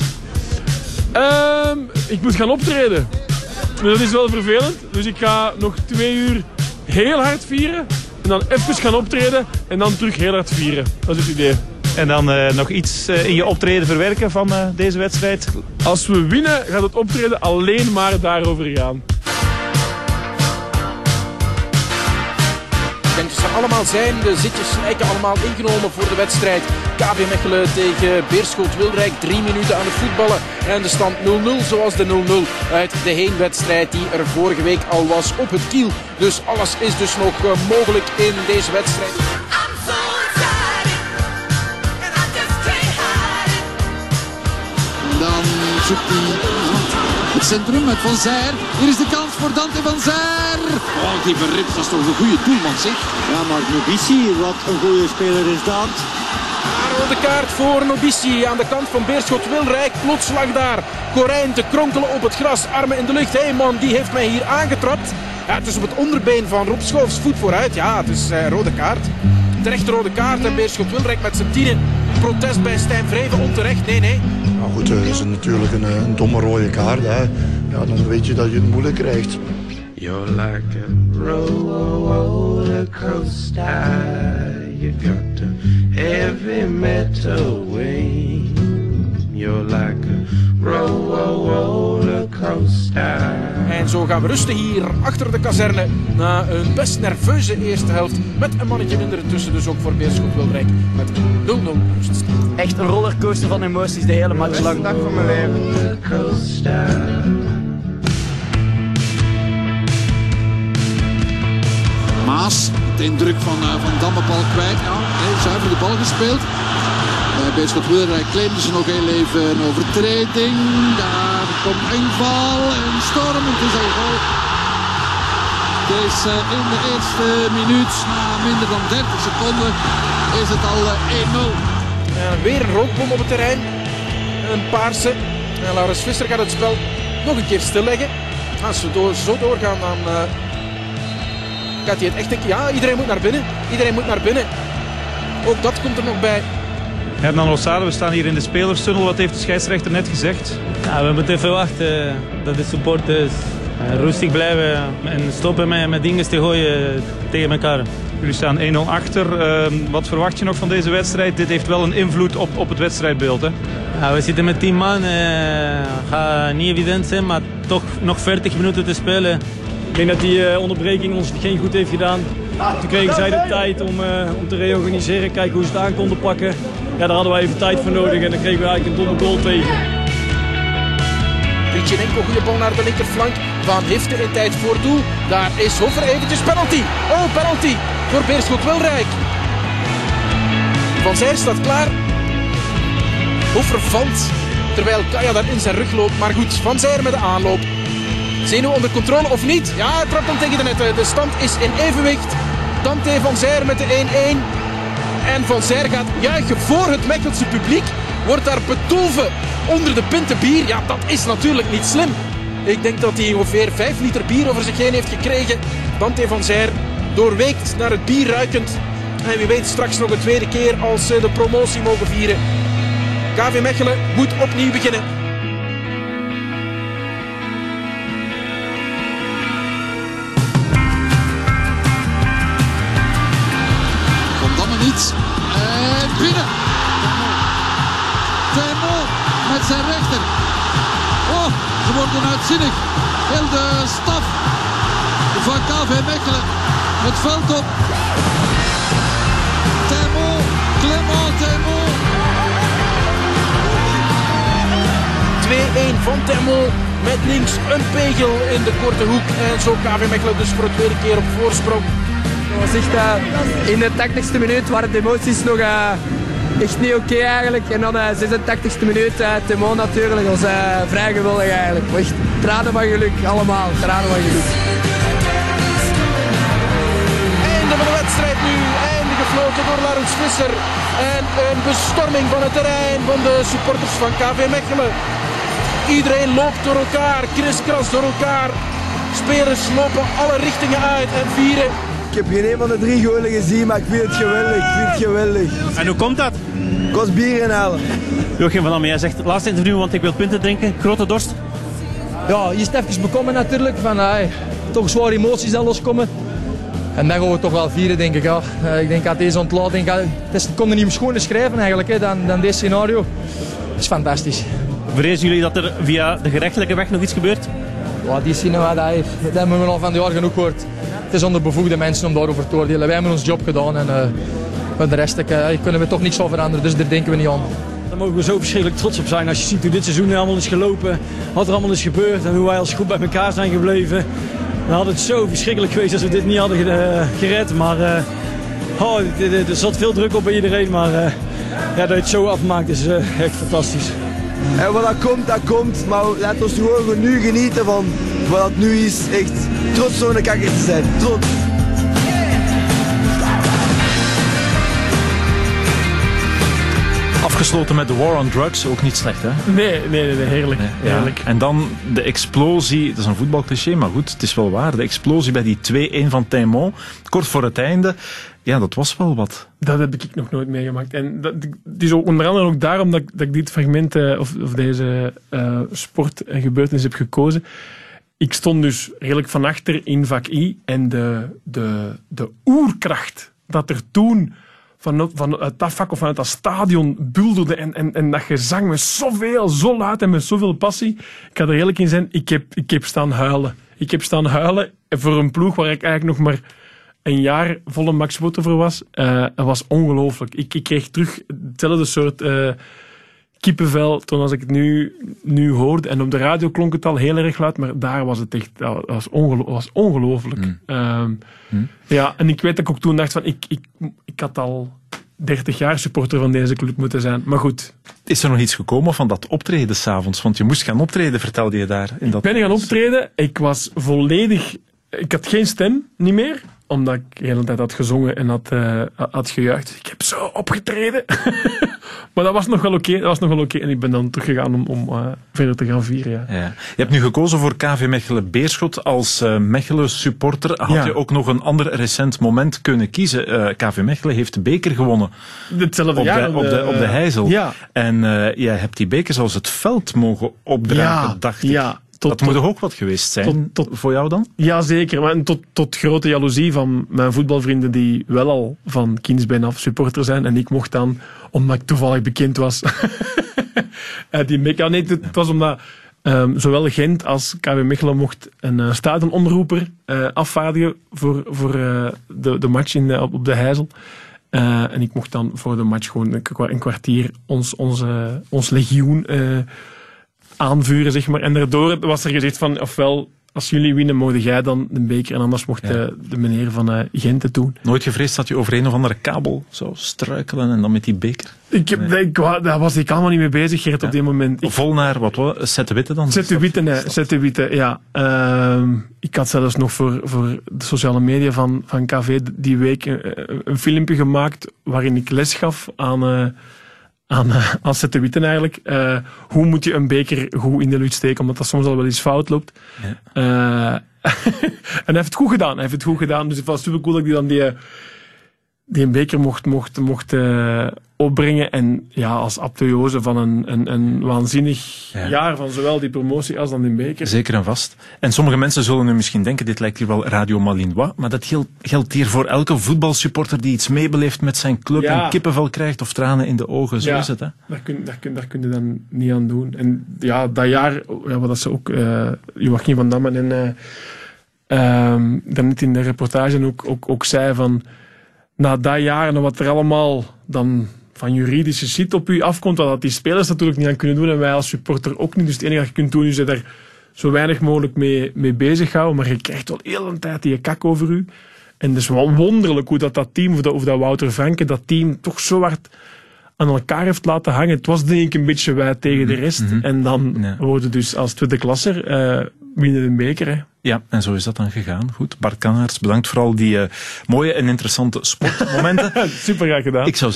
Ik moet gaan optreden. Maar dat is wel vervelend. Dus ik ga nog 2 uur heel hard vieren. En dan even gaan optreden. En dan terug heel hard vieren. Dat is het idee. En dan nog iets in je optreden verwerken van deze wedstrijd? Als we winnen, gaat het optreden alleen maar daarover gaan. Ik denk dat ze allemaal zijn. De zitjes lijken allemaal ingenomen voor de wedstrijd. KV Mechelen tegen Beerschot Wilrijk. 3 minuten aan het voetballen. En de stand 0-0 zoals de 0-0 uit de heenwedstrijd die er vorige week al was op het Kiel. Dus alles is dus nog mogelijk in deze wedstrijd. Dan zoekt hij het centrum met Van Zijr. Hier is de kans voor Dante van Zijr. Oh, die verript, dat is toch een goede doelman, zeg. Ja, maar Nobici, wat een goede speler is dat. Rode kaart voor Nobici aan de kant van Beerschot Wilrijk. Plotslag daar. Corijn te kronkelen op het gras. Armen in de lucht. Hé man, die heeft mij hier aangetrapt. Ja, het is op het onderbeen van Rob Schoofs. Voet vooruit. Ja, het is rode kaart. Terecht rode kaart en Beerschot Wilrijk met z'n tienen. Protest bij Stijn Vreven, onterecht. Nee. Nou goed, dat is natuurlijk een domme rode kaart. Hè. Ja, dan weet je dat je het moeilijk krijgt. You're like a roller coaster. You've got a heavy metal wing. You're like a roller coaster. En zo gaan we rusten hier achter de kazerne na een best nerveuze eerste helft. Met een mannetje minder tussen, dus ook voor Beerschot Wilrijk met 0-0 rust. Echt een rollercoaster van emoties de hele match lang. Dag van mijn leven. Maas, de indruk van Dammebal kwijt. Ja, zuiver de bal gespeeld. Bij Beerschot Wilrijk claimden ze nog heel even een overtreding. Daar komt inval en storm. Het is al goal. Het is in de eerste minuut, na minder dan 30 seconden, is het al 1-0. Weer een rookbom op het terrein. Een paarse. En Laurens Visser gaat het spel nog een keer stilleggen. Als we zo doorgaan, dan gaat hij het echt denken. Ja, iedereen moet naar binnen. Iedereen moet naar binnen. Ook dat komt er nog bij. Hernan Losada, we staan hier in de spelerstunnel. Wat heeft de scheidsrechter net gezegd? Ja, we moeten even wachten dat de supporters rustig blijven en stoppen met dingen te gooien tegen elkaar. Jullie staan 1-0 achter. Wat verwacht je nog van deze wedstrijd? Dit heeft wel een invloed op het wedstrijdbeeld, hè? Ja, we zitten met 10 man. Gaat niet evident zijn, maar toch nog 40 minuten te spelen. Ik denk dat die onderbreking ons geen goed heeft gedaan. Toen kregen zij de tijd om te reorganiseren, kijken hoe ze het aan konden pakken. Ja, daar hadden wij even tijd voor nodig en dan kregen we eigenlijk een domme goal tegen. Vichenenko, goede bal naar de linkerflank. Van Hifte in tijd voor doel. Daar is Hoffer eventjes penalty. Oh, penalty voor Beerschot Wilrijk. Van Zijr staat klaar. Hoffer valt terwijl Kaya daar in zijn rug loopt. Maar goed, Van Zijr met de aanloop. Zenuw onder controle of niet? Ja, hij trapt hem tegen de netten. De stand is in evenwicht. Dante Van Zijr met de 1-1. En Van Zijr gaat juichen voor het Mechelse publiek. Wordt daar bedolven onder de pinten bier. Ja, dat is natuurlijk niet slim. Ik denk dat hij ongeveer 5 liter bier over zich heen heeft gekregen. Dante Van Zijr doorweekt naar het bier ruikend. En wie weet straks nog een tweede keer als ze de promotie mogen vieren. KV Mechelen moet opnieuw beginnen. Niet. En binnen. Temo met zijn rechter. Oh, ze worden uitzinnig. Heel de staf van KV Mechelen het veld op. Temo, Clement Temo. 2-1 van Temo met links een pegel in de korte hoek. En zo KV Mechelen dus voor de tweede keer op voorsprong. Het was echt, in de 80ste minuut waren de emoties nog echt niet oké eigenlijk. En dan de 86ste minuut, Temo natuurlijk, was vrij geweldig eigenlijk. Echt tranen van geluk, allemaal, tranen van geluk. Einde van de wedstrijd nu, einde gefloten door Laurens Visser. En een bestorming van het terrein van de supporters van KV Mechelen. Iedereen loopt door elkaar, kriskras door elkaar. Spelers lopen alle richtingen uit en vieren. Ik heb geen een van de 3 golen gezien, maar ik vind het geweldig. En hoe komt dat? Ik was bier inhalen. Joachim van Damme, jij zegt laatste interview, want ik wil punten drinken. Grote dorst? Ja, je is het even bekomen natuurlijk. Van, toch zware emoties al loskomen. En dan gaan we toch wel vieren, denk ik. Ja. Ik denk dat deze ontlading... Het kon er niet schoner schrijven eigenlijk, hè, dan dit scenario. Het is fantastisch. Vrezen jullie dat er via de gerechtelijke weg nog iets gebeurt? Ja, die cinema, dat hebben we al van de jaar genoeg gehoord. Het is onder bevoegde mensen om daarover te oordelen. Wij hebben ons job gedaan en de rest kunnen we toch niks van veranderen. Dus daar denken we niet aan. Daar mogen we zo verschrikkelijk trots op zijn als je ziet hoe dit seizoen allemaal is gelopen. Wat er allemaal is gebeurd en hoe wij als groep bij elkaar zijn gebleven. Dan had het zo verschrikkelijk geweest als we dit niet hadden gered. Maar er zat veel druk op bij iedereen. Maar dat je het zo afmaakt is echt fantastisch. En wat dat komt. Maar laten we gewoon nu genieten van wat dat nu is. Echt trots zo'n kakker te zijn. Trots. Afgesloten met de War on Drugs, ook niet slecht, hè? Nee, heerlijk. Nee, ja. Heerlijk. En dan de explosie, dat is een voetbalcliché, maar goed, het is wel waar. De explosie bij die 2-1 van Taimon, kort voor het einde, ja, dat was wel wat. Dat heb ik nog nooit meegemaakt. En het is ook onder andere ook daarom dat ik dit fragment, of deze sport en gebeurtenis heb gekozen. Ik stond dus redelijk van achter in vak I en de oerkracht dat er toen vanuit dat vak of vanuit dat stadion bulderde en dat gezang met zoveel, zo luid en met zoveel passie. Ik ga er eerlijk in zijn, ik heb staan huilen. Ik heb staan huilen voor een ploeg waar ik eigenlijk nog maar een jaar volle Max Wotter voor was. Het was ongelooflijk. Ik kreeg terug hetzelfde soort kippenvel toen als ik het nu hoorde. En op de radio klonk het al heel erg luid, maar daar was het echt, dat was ongelooflijk. Ja, en ik weet dat ik ook toen dacht van, ik had al 30 jaar supporter van deze club moeten zijn. Maar goed. Is er nog iets gekomen van dat optreden 's avonds? Want je moest gaan optreden, vertelde je daar. Ik ben gaan optreden. Ik was volledig... Ik had geen stem, niet meer. Omdat ik de hele tijd had gezongen en had gejuicht. Ik heb zo opgetreden. Maar dat was nog wel oké. En ik ben dan teruggegaan om verder te gaan vieren. Ja. Ja. Je hebt nu gekozen voor KV Mechelen Beerschot. Als Mechelen supporter had je ook nog een ander recent moment kunnen kiezen. KV Mechelen heeft de beker gewonnen. Hetzelfde jaar. Op de Heijzel. Ja. En jij hebt die beker zelfs het veld mogen opdragen, dacht ik. Ja. Dat moet toch ook wat geweest zijn voor jou dan? Jazeker, maar tot grote jaloezie van mijn voetbalvrienden die wel al van kindsbeen af supporter zijn. En ik mocht dan, omdat ik toevallig bekend was. Het was omdat zowel Gent als KV Mechelen mocht een stadionomroeper afvaardigen voor de match op de Heijzel. En ik mocht dan voor de match gewoon een kwartier ons legioen aanvuren, zeg maar. En daardoor was er gezegd van, ofwel, als jullie winnen, mogen jij dan de beker en anders mocht de meneer van Gent het doen. Nooit gevreesd dat je over een of andere kabel zou struikelen en dan met die beker? Daar was ik allemaal niet mee bezig, Gert, op die moment. Vol naar, wat was het? Zette Witte dan? Zette Witte, ja. Ik had zelfs nog voor de sociale media van KV die week een filmpje gemaakt waarin ik les gaf aan Zette Witten eigenlijk. Hoe moet je een beker goed in de lucht steken, omdat dat soms al wel eens fout loopt. Ja. En hij heeft het goed gedaan. Dus het was super cool dat ik dan die een beker mocht opbrengen. En ja, als apotheose van een waanzinnig jaar van zowel die promotie als dan die beker. Zeker en vast. En sommige mensen zullen nu misschien denken, dit lijkt hier wel Radio Malinois, maar dat geldt hier voor elke voetbalsupporter die iets meebeleeft met zijn club en kippenvel krijgt of tranen in de ogen. Zo is het, hè? Daar kun je dan niet aan doen. En ja, dat jaar, wat ze ook Joachim van Damme en daarnet in de reportage ook zei van, na dat jaar en wat er allemaal dan van juridische shit op u afkomt, dat die spelers natuurlijk niet aan kunnen doen en wij als supporter ook niet. Dus het enige dat je kunt doen is je daar zo weinig mogelijk mee bezighouden, maar je krijgt wel heel een tijd die kak over u. En het is wel wonderlijk hoe dat team, of dat Wouter Franke, dat team toch zo hard aan elkaar heeft laten hangen. Het was denk ik een beetje wij tegen de rest. En dan worden dus als tweede klasser winnen de beker. Hè. Ja, en zo is dat dan gegaan. Goed, Bart Kannaerts, bedankt voor al die mooie en interessante sportmomenten. Super graag gedaan. Ik zou zeggen,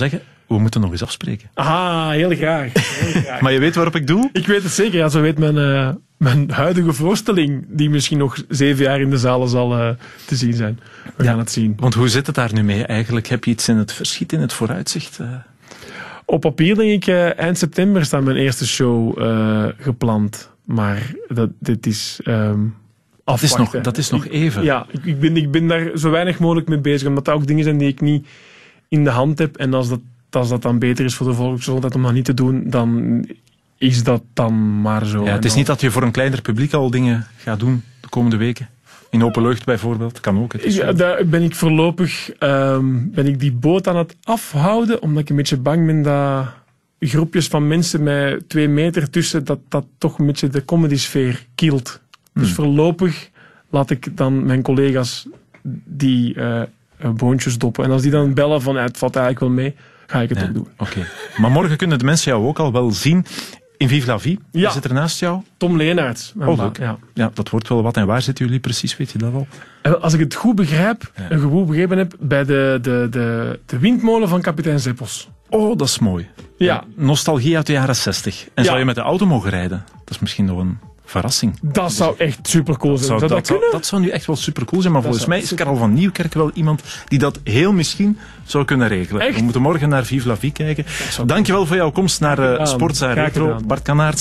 We moeten nog eens afspreken. Ah, heel graag. Maar je weet waarop ik doe? Ik weet het zeker. Ja, zo weet mijn huidige voorstelling, die misschien nog 7 jaar in de zalen zal te zien zijn. We gaan het zien. Want hoe zit het daar nu mee eigenlijk? Heb je iets in het verschiet, in het vooruitzicht? Op papier denk ik eind september staat mijn eerste show gepland. Maar dit is afwachten. Dat is nog even. Ja, ik ben daar zo weinig mogelijk mee bezig. Omdat dat ook dingen zijn die ik niet in de hand heb. En als dat dan beter is voor de volksgezondheid om dat niet te doen, dan is dat dan maar zo. Ja, het is niet dat je voor een kleiner publiek al dingen gaat doen de komende weken. In open lucht bijvoorbeeld, kan ook. Ja, daar ben ik voorlopig die boot aan het afhouden, omdat ik een beetje bang ben dat groepjes van mensen met 2 meter tussen, dat toch een beetje de comedy-sfeer kielt. Dus voorlopig laat ik dan mijn collega's die boontjes doppen. En als die dan bellen van het valt eigenlijk wel mee, ga ik het ook doen. Oké. Maar morgen kunnen de mensen jou ook al wel zien in Vive la Vie. Ja. Wie zit er naast jou? Tom Leenaerts. Ja, dat wordt wel wat. En waar zitten jullie precies, weet je dat al? Als ik het goed begrijp, goed begrepen heb, bij de windmolen van kapitein Zeppels. Oh, dat is mooi. Ja. Nostalgie uit de jaren 60. En zou je met de auto mogen rijden? Dat is misschien nog een verrassing. Dat zou echt supercool zijn. Zou dat kunnen? Dat zou nu echt wel supercool zijn. Maar volgens mij is Karel van Nieuwkerk wel iemand die dat heel misschien zou kunnen regelen. Echt? We moeten morgen naar Vive la Vie kijken. Dankjewel voor jouw komst naar Sportza Retro. Bart Kanaerts.